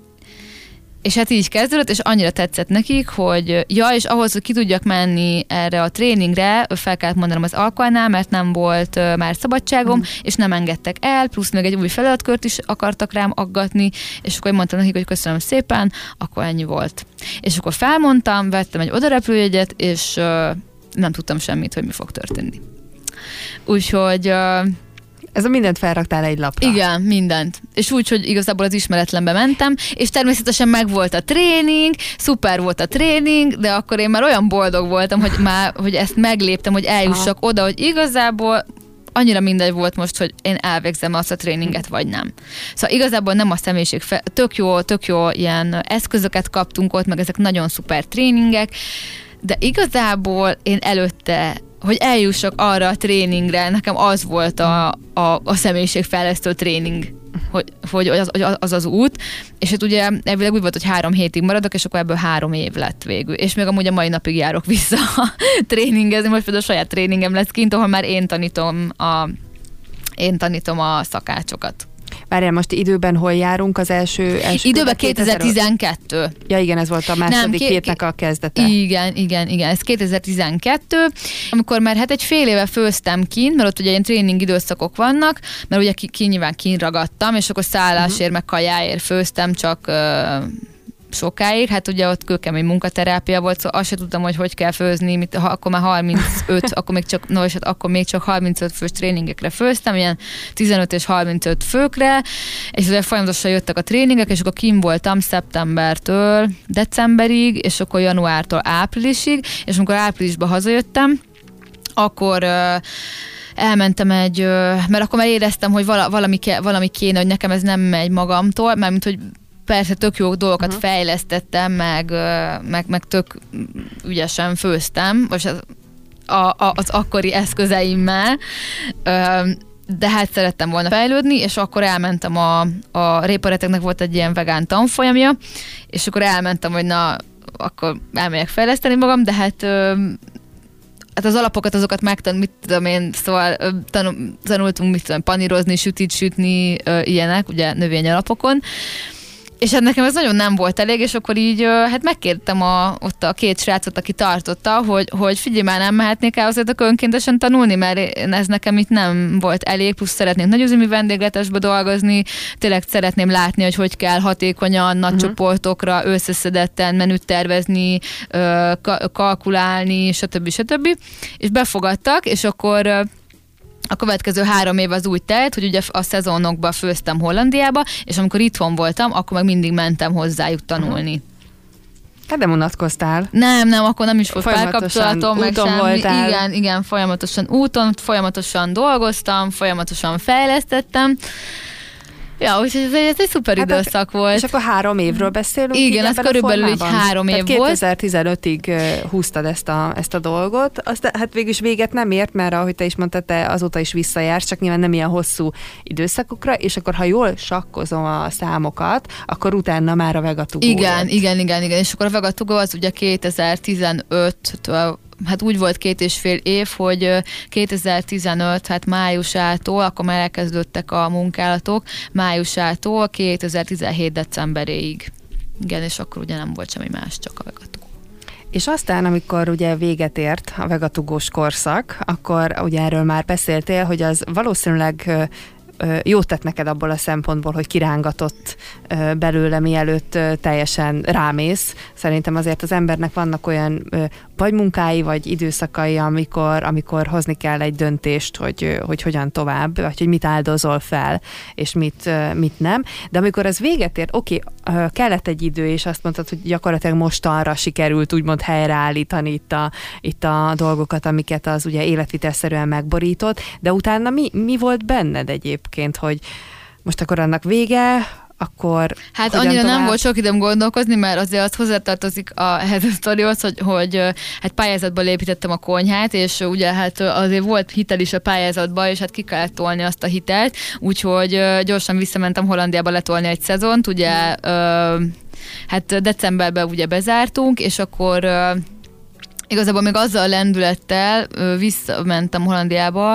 Speaker 2: És hát így kezdődött, és annyira tetszett nekik, hogy és ahhoz, hogy ki tudjak menni erre a tréningre, fel kellett mondanom az alkalnál, mert nem volt már szabadságom, és nem engedtek el, plusz még egy új feladatkört is akartak rám aggatni, és akkor én mondtam nekik, hogy köszönöm szépen, akkor ennyi volt. És akkor felmondtam, vettem egy odarepülőjegyet, és nem tudtam semmit, hogy mi fog történni. Úgyhogy...
Speaker 1: Ez a mindent felraktál egy lapra.
Speaker 2: Igen, mindent. És úgy, hogy igazából az ismeretlenbe mentem, és természetesen megvolt a tréning, szuper volt a tréning, de akkor én már olyan boldog voltam, hogy ezt megléptem, hogy eljussak oda, hogy igazából annyira mindegy volt most, hogy én elvégzem azt a tréninget, vagy nem. Szóval igazából nem a személyiség, tök jó ilyen eszközöket kaptunk ott, meg ezek nagyon szuper tréningek, de igazából én előtte, hogy eljussak arra a tréningre, nekem az volt a személyiségfejlesztő tréning, hogy az út, és hát ugye elvileg úgy volt, hogy 3 hétig maradok, és akkor ebből 3 év lett végül. És még amúgy a mai napig járok vissza tréningezni, most például a saját tréningem lesz kint, ahol már én tanítom a szakácsokat.
Speaker 1: Várjál, most időben hol járunk az első
Speaker 2: időben 2012.
Speaker 1: Ja igen, ez volt a második hétnek a kezdete.
Speaker 2: Igen, ez 2012, amikor már hát egy fél éve főztem kint, mert ott ugye ilyen tréning időszakok vannak, mert ugye nyilván kinragadtam, és akkor szállásért meg kajáért főztem, csak sokáig, hát ugye ott kőkemény munkaterápia volt, szóval azt sem tudtam, hogy kell főzni, akkor már 35, akkor még csak 35 fős tréningekre főztem, ilyen 15 és 35 főkre, és ugye folyamatosan jöttek a tréningek, és akkor kim voltam szeptembertől decemberig, és akkor januártól áprilisig, és amikor áprilisban hazajöttem, akkor elmentem mert akkor már éreztem, hogy valami kéne, hogy nekem ez nem megy magamtól, mármint, hogy persze tök jó dolgokat fejlesztettem, meg tök ügyesen főztem, most az akkori eszközeimmel, de hát szerettem volna fejlődni, és akkor elmentem a Répareteknek volt egy ilyen vegán tanfolyamja, és akkor elmentem, hogy akkor elmegyek fejleszteni magam, de hát az alapokat, azokat szóval tanultunk, panírozni, sütit sütni, ilyenek, ugye növényalapokon. És hát nekem ez nagyon nem volt elég, és akkor így hát megkértem ott a 2 srácot, aki tartotta, hogy figyelj, már nem mehetnék el azért önkéntesen tanulni, mert ez nekem itt nem volt elég, plusz szeretnék nagyüzemi vendégletesbe dolgozni, tényleg szeretném látni, hogy kell hatékonyan, nagy csoportokra, összeszedetten menüt tervezni, kalkulálni, stb. És befogadtak, és akkor a következő 3 év az úgy telt, hogy ugye a szezonokban főztem Hollandiába, és amikor itthon voltam, akkor meg mindig mentem hozzájuk tanulni.
Speaker 1: Hát nem unatkoztál.
Speaker 2: Nem, akkor nem is volt párkapcsolatom, meg semmi.
Speaker 1: Voltál.
Speaker 2: Igen, folyamatosan úton, folyamatosan dolgoztam, folyamatosan fejlesztettem. Ja, úgyhogy ez egy szuper időszak volt.
Speaker 1: És akkor 3 évről beszélünk?
Speaker 2: Igen, ez körülbelül így 3 év volt.
Speaker 1: 2015-ig húztad ezt a dolgot. Hát végül is véget nem ért, mert ahogy te is mondtad, te azóta is visszajársz, csak nyilván nem ilyen hosszú időszakokra, és akkor ha jól sakkozom a számokat, akkor utána már a Vegatugó.
Speaker 2: Igen. És akkor a Vegatugó az ugye 2015-től, hát úgy volt 2,5 év, hogy 2015, hát májusától, akkor már elkezdődtek a munkálatok, májusától 2017 decemberéig. Igen, és akkor ugye nem volt semmi más, csak a Vegatugó.
Speaker 1: És aztán, amikor ugye véget ért a vegatugós korszak, akkor ugye erről már beszéltél, hogy az valószínűleg jót tett neked abból a szempontból, hogy kirángatott belőle, mielőtt teljesen rámész. Szerintem azért az embernek vannak olyan vagy munkái, vagy időszakai, amikor hozni kell egy döntést, hogy hogyan tovább, vagy hogy mit áldozol fel, és mit nem. De amikor ez véget ért, kellett egy idő, és azt mondtad, hogy gyakorlatilag mostanra sikerült úgymond helyreállítani itt a dolgokat, amiket az ugye életvitelszerűen megborított, de utána mi volt benned egyébként, hogy most akkor annak vége, akkor
Speaker 2: hát annyira tovább? Nem volt sok időm gondolkozni, mert azért az hozzátartozik ehhez a sztorihoz, hogy hát pályázatban építettem a konyhát, és ugye hát azért volt hitel is a pályázatban, és hát ki kellett tolni azt a hitelt, úgyhogy gyorsan visszamentem Hollandiába letolni egy szezont, ugye hát decemberben ugye bezártunk, és akkor igazából még azzal a lendülettel visszamentem Hollandiába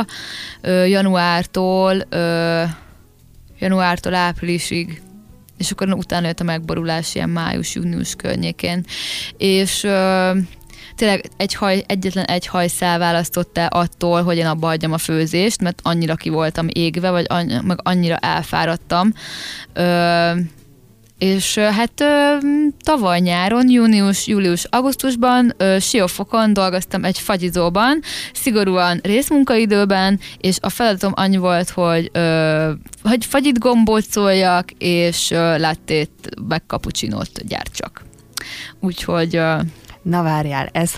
Speaker 2: januártól áprilisig, és akkor utána jött a megborulás ilyen május-június környékén. És tényleg egyetlen egy hajszál választott el attól, hogy én abba hagyjam a főzést, mert annyira ki voltam égve, meg annyira elfáradtam. És hát tavaly nyáron, június, július, augusztusban Siófokon dolgoztam egy fagyizóban, szigorúan részmunkaidőben, és a feladatom annyi volt, hogy fagyit gombócoljak, és lattét meg cappuccinót gyártsak. Úgyhogy...
Speaker 1: Na várjál, ez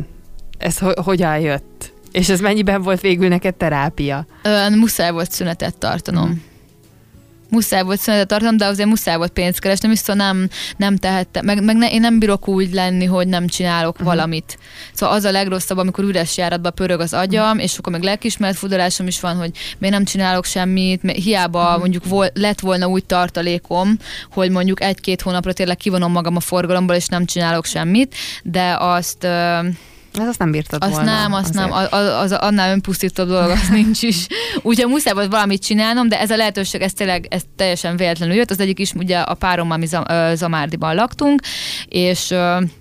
Speaker 1: hogyan jött? És ez mennyiben volt végül neked terápia?
Speaker 2: Muszáj volt szünetet tartanom. Muszáj volt szünetet tartanom, de azért muszáj volt pénzt keresni, viszont nem tehettem. Én nem bírok úgy lenni, hogy nem csinálok valamit. Szóval az a legrosszabb, amikor üres járatba pörög az agyam, és akkor meg lelkiismeret fudarásom is van, hogy miért nem csinálok semmit, hiába mondjuk lett volna úgy tartalékom, hogy mondjuk 1-2 hónapra tényleg kivonom magam a forgalomból, és nem csinálok semmit, de azt
Speaker 1: nem bírtad volna.
Speaker 2: Azt nem, az annál önpusztítóbb dolog, az nincs is. Úgyhogy muszáj volt valamit csinálnom, de ez a lehetőség, ez teljesen véletlenül jött. Az egyik is, ugye a párommal mi Zamárdiban laktunk, és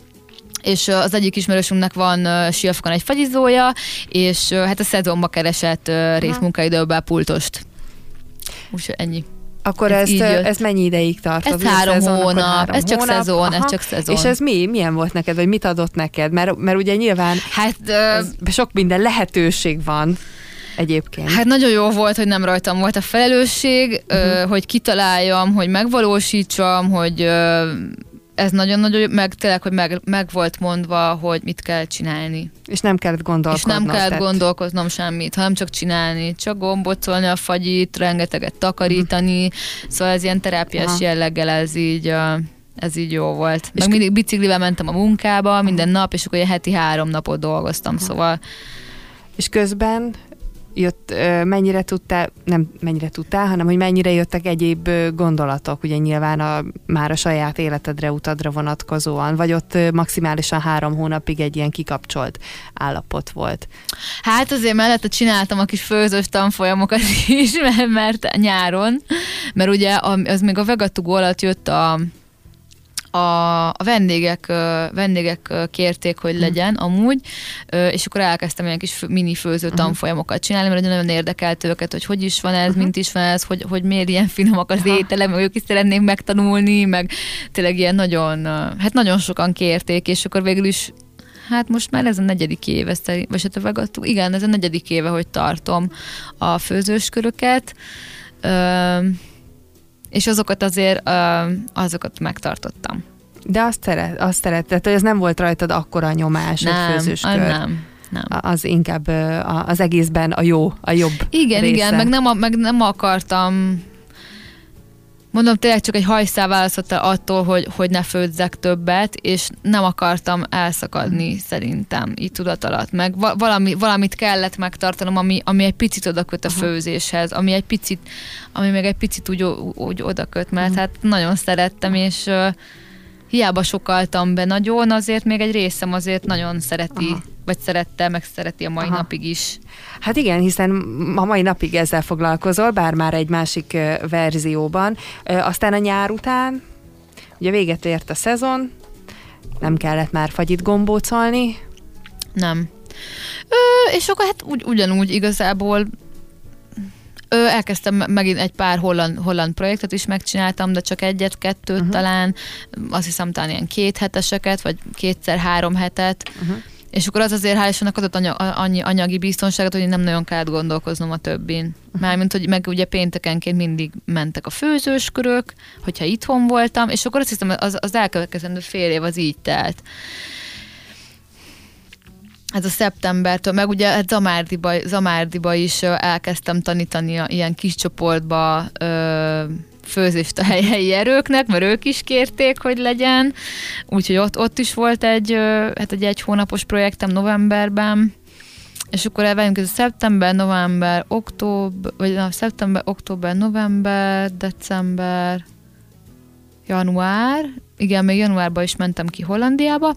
Speaker 2: az egyik ismerősünknek van Siófokon egy fagyizója, és hát a szezonba keresett részmunkaidőben pultost. Úgyhogy ennyi.
Speaker 1: Akkor ez mennyi ideig tartott?
Speaker 2: Ez 3 hónap, ez csak szezon, ez csak szezon.
Speaker 1: És ez milyen volt neked, vagy mit adott neked? Mert ugye nyilván sok minden lehetőség van egyébként.
Speaker 2: Hát nagyon jó volt, hogy nem rajtam volt a felelősség, hogy kitaláljam, hogy megvalósítsam, hogy ez nagyon-nagyon, meg tényleg, hogy meg volt mondva, hogy mit kell csinálni.
Speaker 1: És nem kellett gondolkodnom.
Speaker 2: És nem kellett gondolkoznom semmit, hanem csak csinálni, csak gombocolni a fagyit, rengeteget takarítani, szóval ez ilyen terápiás jelleggel ez így jó volt. Meg mindig biciklivel mentem a munkába minden nap, és akkor heti 3 napot dolgoztam, szóval.
Speaker 1: És közben mennyire tudtál, hanem hogy mennyire jöttek egyéb gondolatok, ugye nyilván már a saját életedre, utadra vonatkozóan, vagy ott maximálisan 3 hónapig egy ilyen kikapcsolt állapot volt?
Speaker 2: Hát azért mellette csináltam a kis főzős tanfolyamokat is, mert nyáron, mert ugye az még a vegatugó alatt jött a vendégek kérték, hogy legyen amúgy, és akkor elkezdtem ilyen kis mini főző tanfolyamokat csinálni, mert nagyon érdekelt őket, hogy is van ez, mint is van ez, hogy miért ilyen finomak az ételek, meg ők is szeretnék megtanulni, meg tényleg ilyen nagyon sokan kérték, és akkor végül is hát most már ez a 4. éve, vagy hát a vegatú, igen, ez a 4. éve, hogy tartom a főzősköröket, és azokat azért, azokat megtartottam.
Speaker 1: De azt szeretted, hogy ez nem volt rajtad akkora nyomás, a főzőskör.
Speaker 2: Nem.
Speaker 1: Az inkább az egészben a jobb
Speaker 2: igen,
Speaker 1: része.
Speaker 2: Igen, meg nem akartam, mondom, tényleg csak egy hajszál választott el attól, hogy ne főzzek többet, és nem akartam elszakadni szerintem, így tudat alatt. Meg valamit kellett megtartanom, ami egy picit odaköt a főzéshez, ami meg egy picit úgy odaköt, mert hát nagyon szerettem, és hiába sokaltam be nagyon, azért még egy részem azért nagyon szereti, vagy szerette, meg szereti a mai napig is.
Speaker 1: Hát igen, hiszen a mai napig ezzel foglalkozol, bár már egy másik verzióban. Aztán a nyár után, ugye véget ért a szezon, nem kellett már fagyit gombócolni.
Speaker 2: Nem. És akkor hát ugyanúgy igazából Elkezdtem megint egy pár holland projektet is megcsináltam, de csak egyet-kettőt talán, azt hiszem talán ilyen 2 heteseket, vagy 2x3 hetet, és akkor az azért hál' Istennek adott annyi anyagi biztonságot, hogy nem nagyon kellett gondolkoznom a többin. Mármint, hogy meg ugye péntekenként mindig mentek a főzőskörök, hogyha itthon voltam, és akkor azt hiszem, az elkövetkezendő fél év az így telt. Ez a szeptembertől, meg ugye Zamárdiba is elkezdtem tanítani ilyen kis csoportba főzést a helyi erőknek, mert ők is kérték, hogy legyen. Úgyhogy ott is volt egy 1 hónapos projektem novemberben, és akkor elvárjunk, ez szeptember, október, november, december, január. Igen, még januárban is mentem ki Hollandiába,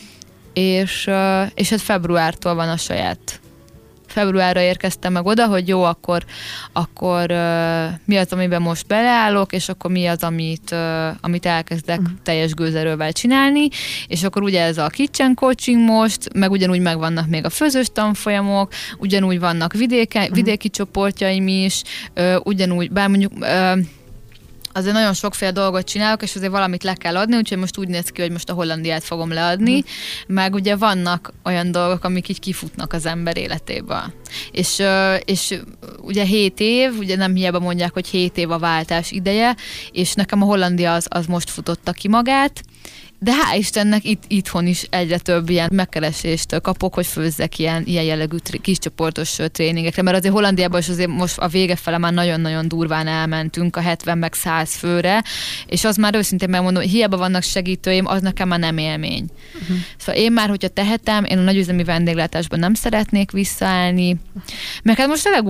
Speaker 2: és hát februártól van a saját. Februárra érkeztem meg oda, hogy jó, akkor mi az, amiben most beleállok, és akkor mi az, amit elkezdek teljes gőzerővel csinálni, és akkor ugye ez a kitchen coaching most, meg ugyanúgy megvannak még a főzős tanfolyamok, ugyanúgy vannak vidéki csoportjaim is, ugyanúgy, bár mondjuk azért nagyon sokféle dolgot csinálok, és azért valamit le kell adni, úgyhogy most úgy néz ki, hogy most a Hollandiát fogom leadni, meg ugye vannak olyan dolgok, amik így kifutnak az ember életéből. És ugye 7 év, ugye nem hiába mondják, hogy 7 év a váltás ideje, és nekem a Hollandia az most futotta ki magát, de hál' Istennek itthon is egyre több ilyen megkeresést kapok, hogy főzzek ilyen jellegű kiscsoportos tréningekre, mert azért Hollandiában is azért most a vége fele már nagyon-nagyon durván elmentünk a 70 meg 100 főre, és az már őszintén megmondom, hogy hiába vannak segítőim, az nekem már nem élmény. Szóval én már, hogyha tehetem, én a nagyüzemi vendéglátásban nem szeretnék visszaállni, mert hát most a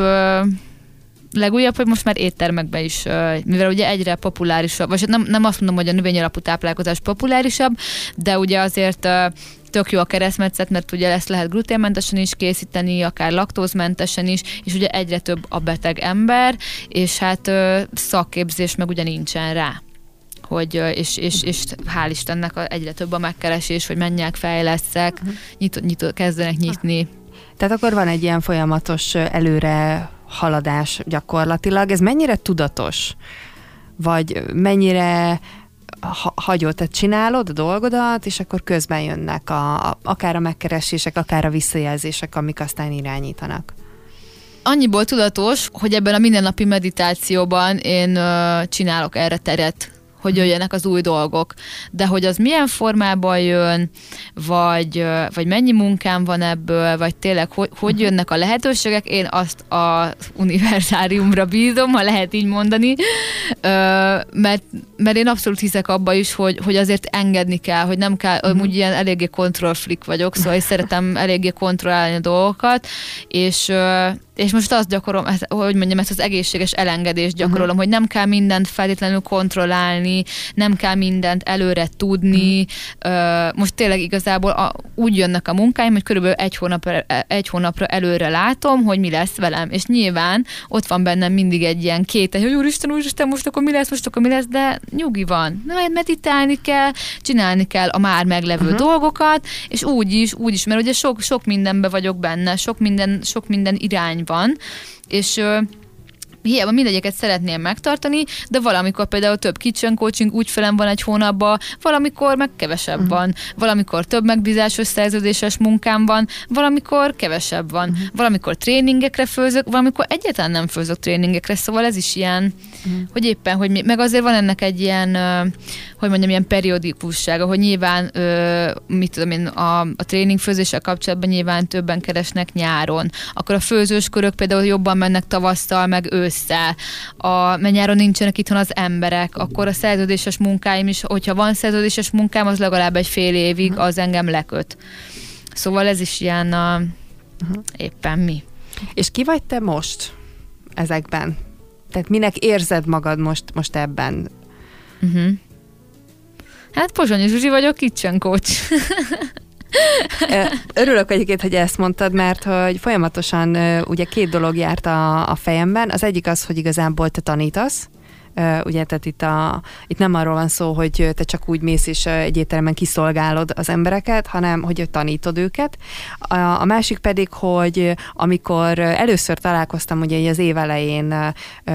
Speaker 2: legújabb, hogy most már éttermekben is, mivel ugye egyre populárisabb, vagy nem azt mondom, hogy a növényalapú táplálkozás populárisabb, de ugye azért tök jó a keresztmetszet, mert ugye ezt lehet gluténmentesen is készíteni, akár laktózmentesen is, és ugye egyre több a beteg ember, és hát szakképzés meg ugye nincsen rá. És hál' Istennek egyre több a megkeresés, hogy menjek, fejleszek, kezdenek nyitni.
Speaker 1: Tehát akkor van egy ilyen folyamatos előre haladás gyakorlatilag. Ez mennyire tudatos? Vagy mennyire hagyod, tehát csinálod a dolgodat, és akkor közben jönnek akár a megkeresések, akár a visszajelzések, amik aztán irányítanak?
Speaker 2: Annyiból tudatos, hogy ebben a mindennapi meditációban én csinálok erre teret, hogy jöjjenek az új dolgok. De hogy az milyen formában jön, vagy mennyi munkám van ebből, vagy tényleg hogy jönnek a lehetőségek, én azt az univerzáriumra bízom, ha lehet így mondani, mert én abszolút hiszek abba is, hogy azért engedni kell, hogy nem kell, úgy ilyen eléggé kontrollfreak vagyok, szóval én szeretem eléggé kontrollálni a dolgokat, és most azt gyakorolom, hogy mondjam, ezt az egészséges elengedést gyakorolom, hogy nem kell mindent feltétlenül kontrollálni, nem kell mindent előre tudni. Most tényleg igazából úgy jönnek a munkáim, hogy körülbelül egy hónapra előre látom, hogy mi lesz velem. És nyilván ott van bennem mindig egy ilyen kétel, hogy úristen, most akkor mi lesz, de nyugi van. Meditálni kell, csinálni kell a már meglevő dolgokat, és úgy is, mert ugye sok mindenbe vagyok benne, sok minden irány van, és hiába mindegyiket szeretném megtartani, de valamikor például több kitchen coaching ügyfelem van egy hónapban, valamikor meg kevesebb van, valamikor több megbízásos szerződéses munkám van, valamikor kevesebb van, valamikor tréningekre főzök, valamikor egyáltalán nem főzök tréningekre, szóval ez is ilyen, hogy éppen, hogy meg azért van ennek egy ilyen, hogy mondjam, ilyen periódikussága, hogy nyilván, mit tudom én, a tréningfőzéssel kapcsolatban nyilván többen keresnek nyáron, akkor a főzőskörök például jobban mennek tavasszal, meg ősszel, mert nyáron nincsenek itthon az emberek, akkor a szerződéses munkáim is, hogyha van szerződéses munkám, az legalább egy fél évig az engem leköt. Szóval ez is ilyen éppen mi.
Speaker 1: És ki vagy te most ezekben? Tehát minek érzed magad most ebben?
Speaker 2: Hát Pozsonyi Zsuzsi vagyok, kitchen coach.
Speaker 1: Örülök egyébként, hogy ezt mondtad, mert hogy folyamatosan ugye 2 dolog járt a fejemben. Az egyik az, hogy igazából te tanítasz, ugye, tehát itt nem arról van szó, hogy te csak úgy mész és egy étteremben kiszolgálod az embereket, hanem hogy tanítod őket. A másik pedig, hogy amikor először találkoztam ugye az év elején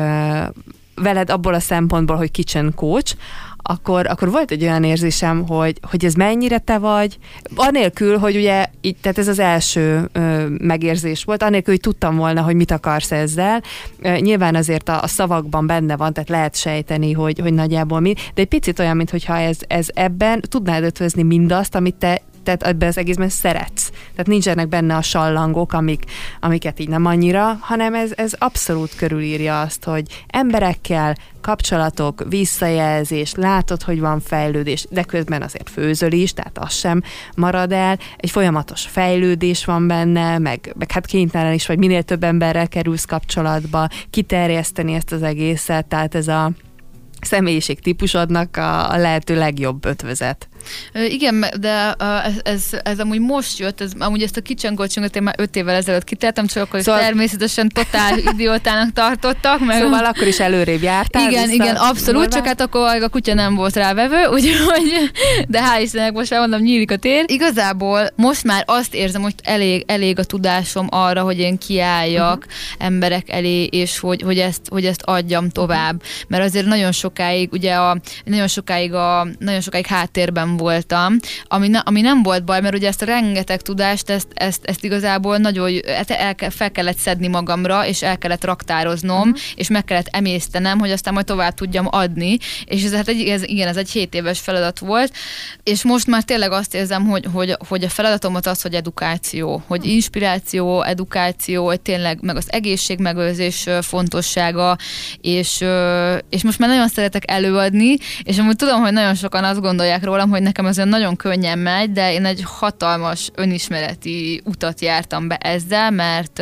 Speaker 1: veled abból a szempontból, hogy kitchen coach, akkor volt egy olyan érzésem, hogy ez mennyire te vagy, anélkül, hogy ugye, tehát ez az első megérzés volt, anélkül, hogy tudtam volna, hogy mit akarsz ezzel. Nyilván azért a szavakban benne van, tehát lehet sejteni, hogy nagyjából mi, de egy picit olyan, mintha ez ebben tudnád ötvözni mindazt, amit te tehát ebben az egészben szeretsz. Tehát nincsenek benne a sallangok, amiket így nem annyira, hanem ez abszolút körülírja azt, hogy emberekkel, kapcsolatok, visszajelzés, látod, hogy van fejlődés, de közben azért főzöl is, tehát az sem marad el. Egy folyamatos fejlődés van benne, meg hát kénytelen is, vagy minél több emberrel kerülsz kapcsolatba, kiterjeszteni ezt az egészet, tehát ez a személyiség típusodnak a lehető legjobb ötvözet.
Speaker 2: Igen, de ez amúgy most jött, amúgy ezt a kitchen coachingot én már 5 évvel ezelőtt kiteltem, csak akkor szóval természetesen totál idiótának tartottak. Meg
Speaker 1: szóval akkor is előrébb jártál?
Speaker 2: Igen, abszolút, csak hát akkor a kutya nem volt rávevő, úgyhogy, de hál' Istennek most már mondom, nyílik a tér. Igazából most már azt érzem, hogy elég a tudásom arra, hogy én kiálljak emberek elé, és hogy ezt adjam tovább. Mert azért nagyon sokáig, ugye nagyon sokáig háttérben voltam, ami nem volt baj, mert ugye ezt a rengeteg tudást, ezt igazából nagyon fel kellett szedni magamra, és el kellett raktároznom, és meg kellett emésztenem, hogy aztán majd tovább tudjam adni, és ez egy 7 éves feladat volt, és most már tényleg azt érzem, hogy a feladatomat az, hogy edukáció, hogy inspiráció, edukáció, hogy tényleg meg az egészségmegőrzés fontossága, és most már nagyon szeretek előadni, és amúgy tudom, hogy nagyon sokan azt gondolják rólam, hogy nekem ez nagyon könnyen megy, de én egy hatalmas önismereti utat jártam be ezzel, mert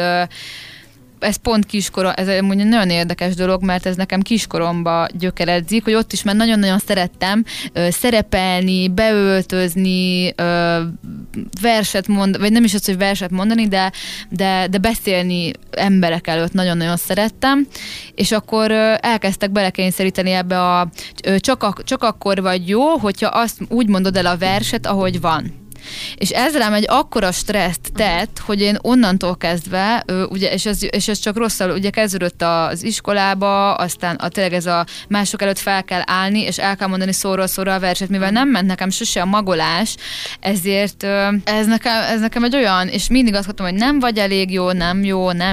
Speaker 2: ez pont kiskorom, ez egy nagyon érdekes dolog, mert ez nekem kiskoromba gyökeredzik, hogy ott is már nagyon-nagyon szerettem szerepelni, beöltözni, verset mondani, vagy nem is az, hogy verset mondani, de beszélni emberek előtt nagyon-nagyon szerettem, és akkor elkezdtek belekényszeríteni ebbe csak akkor vagy jó, hogyha azt úgy mondod el a verset, ahogy van. És ez rám egy akkora stresszt tett, hogy én onnantól kezdve, ugye, és ez csak rosszul, ugye kezdődött az iskolába, aztán tényleg ez a mások előtt fel kell állni, és el kell mondani szóról szóra a verset, mivel nem ment nekem sose a magolás, ezért ez nekem egy olyan, és mindig azt mondtam, hogy nem vagy elég jó, nem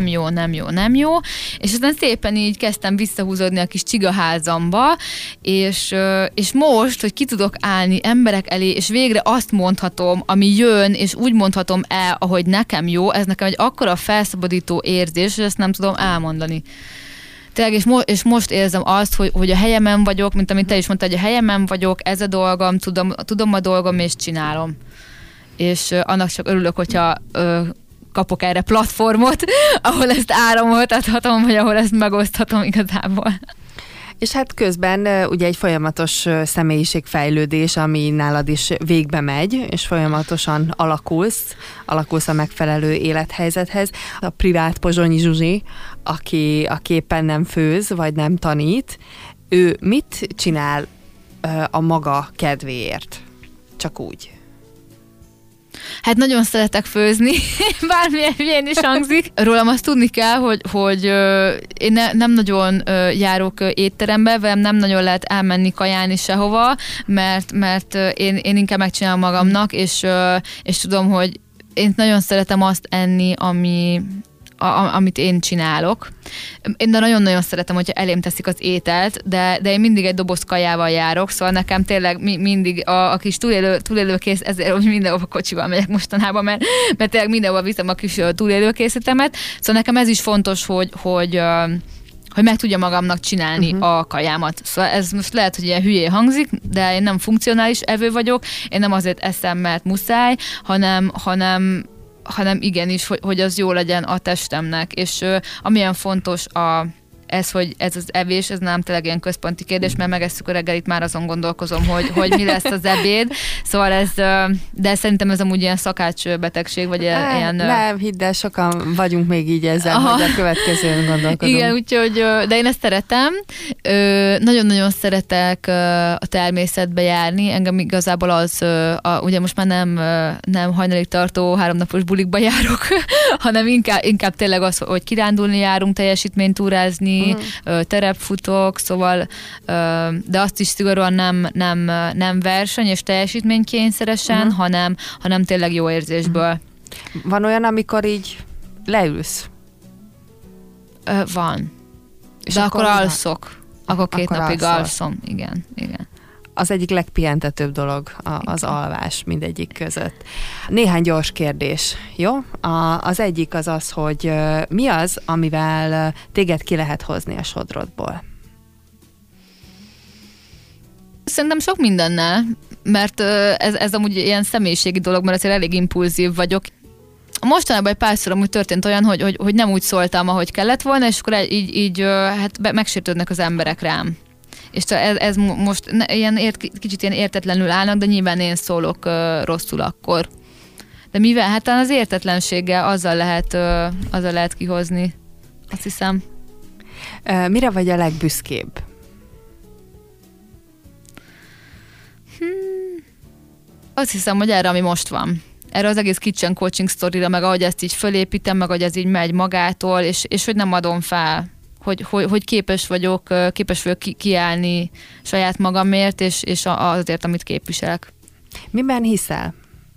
Speaker 2: jó, és aztán szépen így kezdtem visszahúzódni a kis csigaházamba, és most, hogy ki tudok állni emberek elé, és végre azt mondhatom, ami jön, és úgy mondhatom el, ahogy nekem jó, ez nekem egy akkora felszabadító érzés, hogy ezt nem tudom elmondani. Tényleg, és most érzem azt, hogy a helyemen vagyok, mint amit te is mondtad, hogy a helyemen vagyok, ez a dolgom, tudom a dolgom, és csinálom. És annak csak örülök, hogyha kapok erre platformot, ahol ezt áramoltathatom, vagy ahol ezt megoszthatom igazából.
Speaker 1: És hát közben ugye egy folyamatos személyiségfejlődés, ami nálad is végbe megy, és folyamatosan alakulsz a megfelelő élethelyzethez. A privát Pozsonyi Zsuzsi, aki éppen nem főz, vagy nem tanít, ő mit csinál a maga kedvéért? Csak úgy.
Speaker 2: Hát nagyon szeretek főzni, bármilyen is hangzik. Rólam azt tudni kell, hogy én nem nagyon járok étterembe, velem nem nagyon lehet elmenni kajálni sehova, mert én inkább megcsinálom magamnak, és tudom, hogy én nagyon szeretem azt enni, amit én csinálok. Én nagyon-nagyon szeretem, hogyha elém teszik az ételt, de én mindig egy doboz kajával járok, szóval nekem tényleg mindig a kis túlélőkész, ezért úgy mindenhova kocsival megyek mostanában, mert tényleg mindenhova viszem a kis túlélőkészletemet. Szóval nekem ez is fontos, hogy meg tudja magamnak csinálni a kajámat. Szóval ez most lehet, hogy ilyen hülyé hangzik, de én nem funkcionális evő vagyok, én nem azért eszem, mert muszáj, hanem igenis, hogy az jó legyen a testemnek, és amilyen fontos hogy ez az evés, ez nem tényleg ilyen központi kérdés, mert megesszük a reggelit, már azon gondolkozom, hogy mi lesz az ebéd. Szóval de szerintem ez amúgy ilyen szakácsbetegség, vagy ilyen...
Speaker 1: Nem, hidd el, sokan vagyunk még így ezzel, hogy a következőn gondolkodunk.
Speaker 2: Igen, úgyhogy, de én ezt szeretem. Nagyon-nagyon szeretek a természetbe járni. Engem igazából az, ugye most már nem hajnalig tartó 3 napos bulikba járok, hanem inkább tényleg az, hogy kirándulni járunk, teljesítménytúrázni, terepfutok, szóval, de azt is szigorúan nem verseny és teljesítménykényszeresen, hanem tényleg jó érzésből.
Speaker 1: Van olyan, amikor így leülsz?
Speaker 2: Van. De akkor alszok. Akkor 2 napig alszom. Igen.
Speaker 1: Az egyik legpihentetőbb dolog az alvás mindegyik között. Néhány gyors kérdés, jó? Az egyik az, hogy mi az, amivel téged ki lehet hozni a sodrodból?
Speaker 2: Szerintem sok mindennel, mert ez amúgy ilyen személyiségi dolog, mert azért elég impulzív vagyok. Mostanában egy párszor amúgy történt olyan, hogy nem úgy szóltam, ahogy kellett volna, és akkor így hát megsértődnek az emberek rám. És ez most kicsit ilyen értetlenül állnak, de nyilván én szólok rosszul akkor. De mivel? Hát az értetlenséggel azzal lehet kihozni, azt hiszem.
Speaker 1: Mire vagy a legbüszkébb?
Speaker 2: Azt hiszem, hogy erre, ami most van. Erre az egész kitchen coaching sztorira, meg ahogy ezt így fölépítem, meg ahogy ez így megy magától, és hogy nem adom fel. Hogy képes vagyok kiállni saját magamért, és azért, amit képviselek.
Speaker 1: Miben hiszel?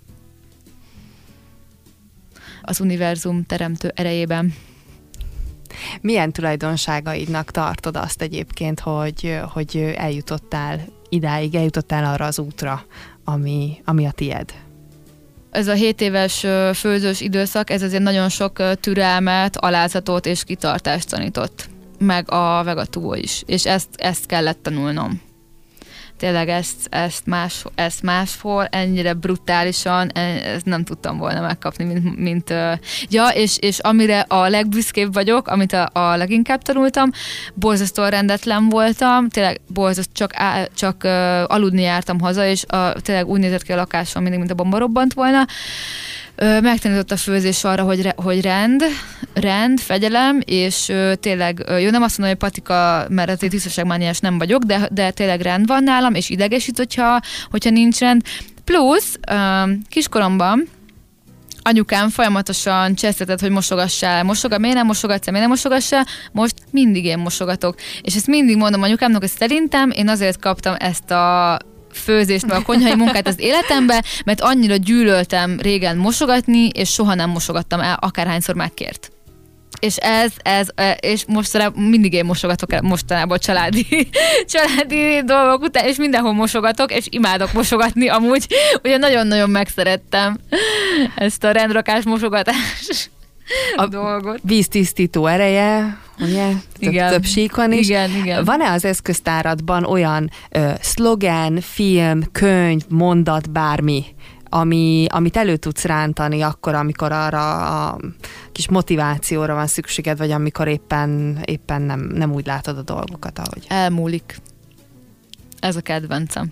Speaker 2: Az univerzum teremtő erejében.
Speaker 1: Milyen tulajdonságaidnak tartod azt egyébként, hogy eljutottál idáig, eljutottál arra az útra, ami a tied?
Speaker 2: Ez a 7 éves főzős időszak, ez azért nagyon sok türelmet, alázatot és kitartást tanított. Meg a vegatúvó is. És ezt kellett tanulnom. Tényleg ezt máshol ennyire brutálisan ezt nem tudtam volna megkapni, mint és amire a legbüszkébb vagyok, amit a leginkább tanultam, borzasztóan rendetlen voltam, tényleg borzasztó, csak aludni jártam haza, és tényleg úgy nézett ki a lakásom mindig, mint a bomba robbant volna. Megtanított a főzés arra, hogy rend, fegyelem, és tényleg, jó, nem azt mondom, hogy patika, mert azért tisztaságmániás nem vagyok, de tényleg rend van nálam, és idegesít, hogyha nincs rend. Plusz, kiskoromban anyukám folyamatosan csesztetett, hogy mosogassál, miért nem mosogassál, most mindig én mosogatok. És ezt mindig mondom anyukámnak, hogy szerintem én azért kaptam ezt a főzést, meg a konyhai munkát az életembe, mert annyira gyűlöltem régen mosogatni, és soha nem mosogattam el, akárhányszor megkért. És és mostanában mindig én mosogatok el mostanában családi dolgok után, és mindenhol mosogatok, és imádok mosogatni amúgy, ugye nagyon-nagyon megszerettem ezt a rendrakás mosogatás dolgot.
Speaker 1: Víztisztító ereje, ugye? Több síkon is.
Speaker 2: Igen.
Speaker 1: Van-e az eszköztáradban olyan szlogen, film, könyv, mondat, bármi, amit elő tudsz rántani akkor, amikor arra a kis motivációra van szükséged, vagy amikor éppen nem úgy látod a dolgokat, ahogy...
Speaker 2: Elmúlik. Ez a kedvencem.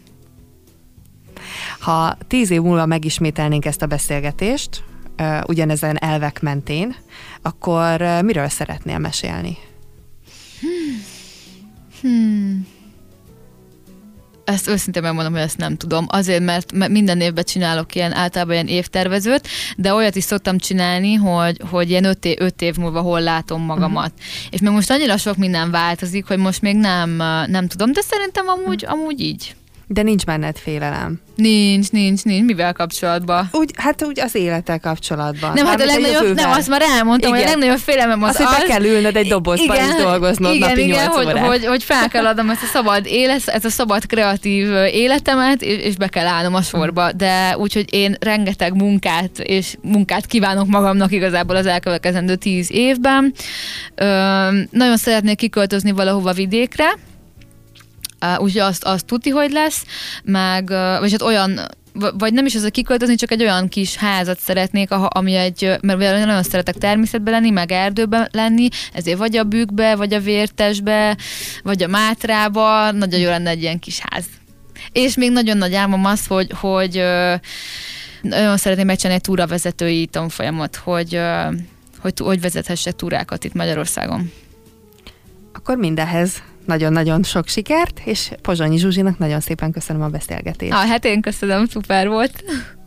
Speaker 1: Ha 10 év múlva megismételnénk ezt a beszélgetést, ugyanezen elvek mentén, akkor miről szeretnél mesélni?
Speaker 2: Ezt őszintén megmondom, hogy ezt nem tudom. Azért, mert minden évben csinálok általában ilyen évtervezőt, de olyat is szoktam csinálni, hogy ilyen 5 év múlva hol látom magamat. És még most annyira sok minden változik, hogy most még nem tudom, de szerintem amúgy így.
Speaker 1: De nincs benned félelem.
Speaker 2: Nincs. Mivel kapcsolatban?
Speaker 1: Úgy az élettel kapcsolatban.
Speaker 2: Nem, hát a legnagyobb, azt már elmondtam, hogy a legnagyobb félelmem az,
Speaker 1: hogy be kell ülnöd egy dobozban és dolgoznod napi 8 órát.
Speaker 2: Hogy fel kell adnom ezt a szabad ezt a szabad kreatív életemet, és be kell állnom a sorba. De úgyhogy én rengeteg munkát kívánok magamnak igazából az elkövetkezendő 10 évben. Nagyon szeretnék kiköltözni valahova vidékre, úgyhogy azt tuti, hogy lesz, vagy hát vagy nem is az, hogy kiköltözni, csak egy olyan kis házat szeretnék, mert nagyon szeretek természetben lenni, meg erdőben lenni, ezért vagy a Bükkbe, vagy a Vértesbe, vagy a Mátrába, nagyon jó lenne egy ilyen kis ház. És még nagyon nagy álmom az, hogy nagyon szeretném megcsinálni egy túravezetői tanfolyamot, hogy vezethessek túrákat itt Magyarországon.
Speaker 1: Akkor mindehhez nagyon-nagyon sok sikert, és Pozsonyi Zsuzsinak nagyon szépen köszönöm a beszélgetést.
Speaker 2: Hát én köszönöm, szuper volt.